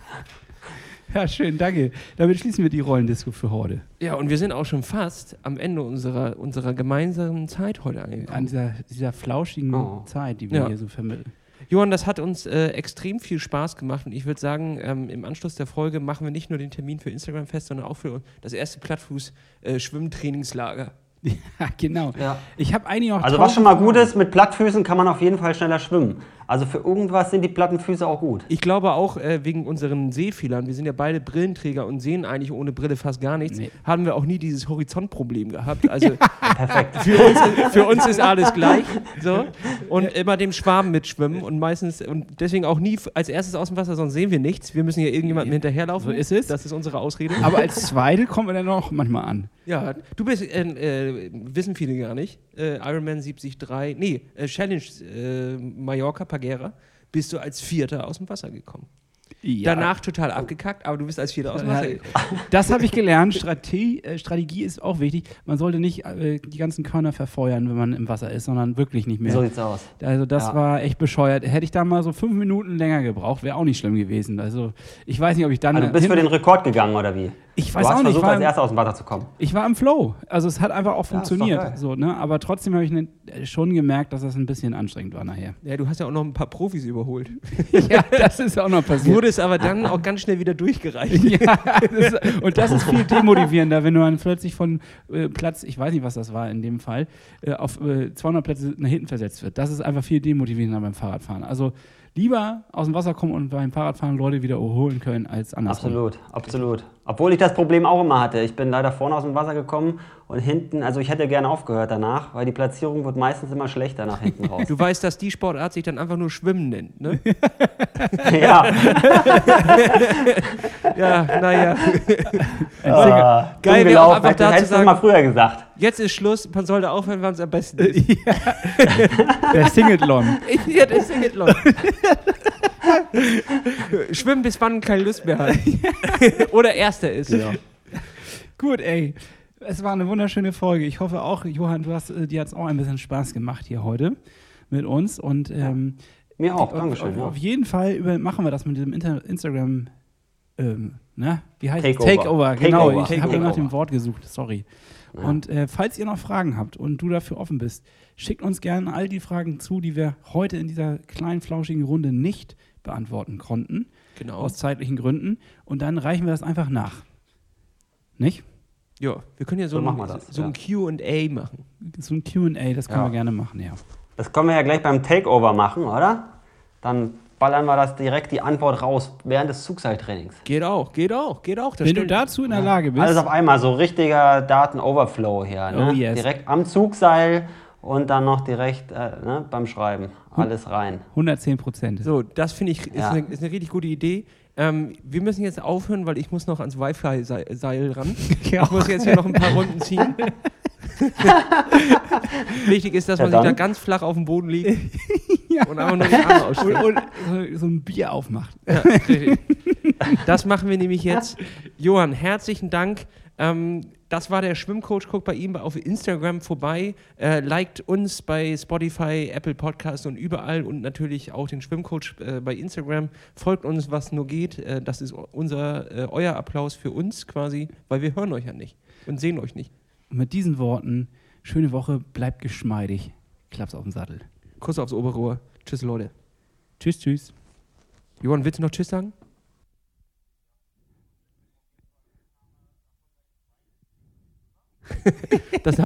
S3: Ja, schön, danke. Damit schließen wir die Rollendisco für heute.
S2: Ja, und wir sind auch schon fast am Ende unserer gemeinsamen Zeit heute angekommen.
S3: An dieser flauschigen Zeit, die wir hier so vermitteln.
S2: Johann, das hat uns extrem viel Spaß gemacht und ich würde sagen, im Anschluss der Folge machen wir nicht nur den Termin für Instagram fest, sondern auch für das erste Plattfuß-Schwimmtrainingslager.
S3: Ja, genau. Ja. Ich habe einige noch.
S4: Also was schon mal gut ist, mit Plattfüßen kann man auf jeden Fall schneller schwimmen. Also für irgendwas sind die platten Füße auch gut.
S2: Ich glaube auch wegen unseren Sehfehlern, wir sind ja beide Brillenträger und sehen eigentlich ohne Brille fast gar nichts, haben wir auch nie dieses Horizontproblem gehabt. Also
S4: perfekt.
S2: Für uns ist alles gleich. So. Und immer dem Schwarm mitschwimmen und meistens und deswegen auch nie als erstes aus dem Wasser, sonst sehen wir nichts. Wir müssen ja irgendjemandem hinterherlaufen.
S3: So ist es.
S2: Das ist unsere Ausrede.
S3: Aber als Zweite kommen wir dann auch manchmal an.
S2: Ja, du bist, wissen viele gar nicht, Ironman 73, Challenge Mallorca, Pagera, bist du als Vierter aus dem Wasser gekommen. Ja. Danach total abgekackt, aber du bist als Vierter aus dem Wasser gekommen.
S3: Das habe ich gelernt. Strategie ist auch wichtig. Man sollte nicht die ganzen Körner verfeuern, wenn man im Wasser ist, sondern wirklich nicht mehr.
S4: So sieht's aus.
S3: Also das war echt bescheuert. Hätte ich da mal so 5 Minuten länger gebraucht, wäre auch nicht schlimm gewesen. Also ich weiß nicht, ob ich dann...
S4: Also du bist für den Rekord gegangen, oder wie?
S3: Ich weiß auch nicht.
S4: Du hast versucht, als Erster aus dem Wasser zu kommen.
S3: Ich war im Flow. Also es hat einfach auch funktioniert. So, ne? Aber trotzdem habe ich schon gemerkt, dass das ein bisschen anstrengend war nachher.
S2: Ja, du hast ja auch noch ein paar Profis überholt.
S3: Ja, das ist auch noch passiert.
S2: Wurde es aber dann auch ganz schnell wieder durchgereicht.
S3: Ja, und das ist viel demotivierender, wenn du dann plötzlich von Platz, ich weiß nicht, was das war in dem Fall, auf 200 Plätze nach hinten versetzt wird. Das ist einfach viel demotivierender beim Fahrradfahren. Also lieber aus dem Wasser kommen und beim Fahrradfahren Leute wieder holen können als andersrum.
S4: Absolut. Obwohl ich das Problem auch immer hatte. Ich bin leider vorne aus dem Wasser gekommen und hinten, also ich hätte gerne aufgehört danach, weil die Platzierung wird meistens immer schlechter nach hinten raus.
S2: Du weißt, dass die Sportart sich dann einfach nur Schwimmen nennt, ne?
S4: Ja.
S2: Ja, naja.
S4: Geil
S2: wäre auch einfach
S4: du
S2: da zu
S4: hättest das
S2: sagen,
S4: mal früher gesagt.
S2: jetzt ist Schluss, man sollte aufhören, wann es am besten ist.
S3: Der Singathlon.
S2: Ja, der Singathlon. Schwimmen, bis wann keine Lust mehr hat. Oder Erster ist.
S4: Ja.
S3: Gut, ey. Es war eine wunderschöne Folge. Ich hoffe auch, Johann, dir hat es auch ein bisschen Spaß gemacht hier heute mit uns. Und
S4: Mir auch, Dankeschön.
S3: Auf jeden Fall machen wir das mit diesem Instagram, wie heißt es?
S4: Takeover.
S3: Genau,
S4: Takeover.
S3: ich habe
S4: Takeover.
S3: nach dem Wort gesucht, sorry.
S4: Ja.
S3: Und falls ihr noch Fragen habt und du dafür offen bist, schickt uns gerne all die Fragen zu, die wir heute in dieser kleinen, flauschigen Runde nicht beantworten konnten.
S2: Genau.
S3: Aus zeitlichen Gründen. Und dann reichen wir das einfach nach. Nicht?
S2: Ja, wir können ja so
S4: machen wir das,
S2: ein Q&A machen.
S3: So ein Q&A, das können
S4: Ja.
S3: wir gerne machen, ja.
S4: Das können wir ja gleich beim Takeover machen, oder? Dann ballern wir das direkt die Antwort raus während des Zugseiltrainings.
S2: Geht auch. Das
S3: Wenn
S2: stimmt.
S3: du dazu in der Lage bist,
S4: Alles auf einmal, so richtiger Daten-Overflow hier. Ne?
S3: Oh, yes.
S4: Direkt am Zugseil und dann noch direkt beim Schreiben. Alles rein.
S3: 110%.
S2: So, das finde ich ist
S4: Ja.
S2: eine richtig gute Idee. Wir müssen jetzt aufhören, weil ich muss noch ans Wi-Fi-Seil ran.
S3: Ja.
S2: Ich muss jetzt hier noch ein paar Runden ziehen. Wichtig ist, dass man sich da
S4: dann.
S2: ganz flach auf dem Boden liegt
S3: Ja.
S2: und einfach nur die Arme ausstreckt.
S3: und so ein Bier aufmacht.
S2: Ja, richtig. Das machen wir nämlich jetzt. Johann, herzlichen Dank. Das war der Schwimmcoach. Guckt bei ihm auf Instagram vorbei. Liked uns bei Spotify, Apple Podcasts und überall und natürlich auch den Schwimmcoach bei Instagram. Folgt uns, was nur geht. Das ist euer Applaus für uns quasi, weil wir hören euch ja nicht und sehen euch nicht.
S3: Und mit diesen Worten, schöne Woche, bleibt geschmeidig. Klaps auf den Sattel.
S2: Kuss aufs Oberrohr. Tschüss, Leute.
S3: Tschüss, tschüss.
S2: Johann, willst du noch Tschüss sagen? Das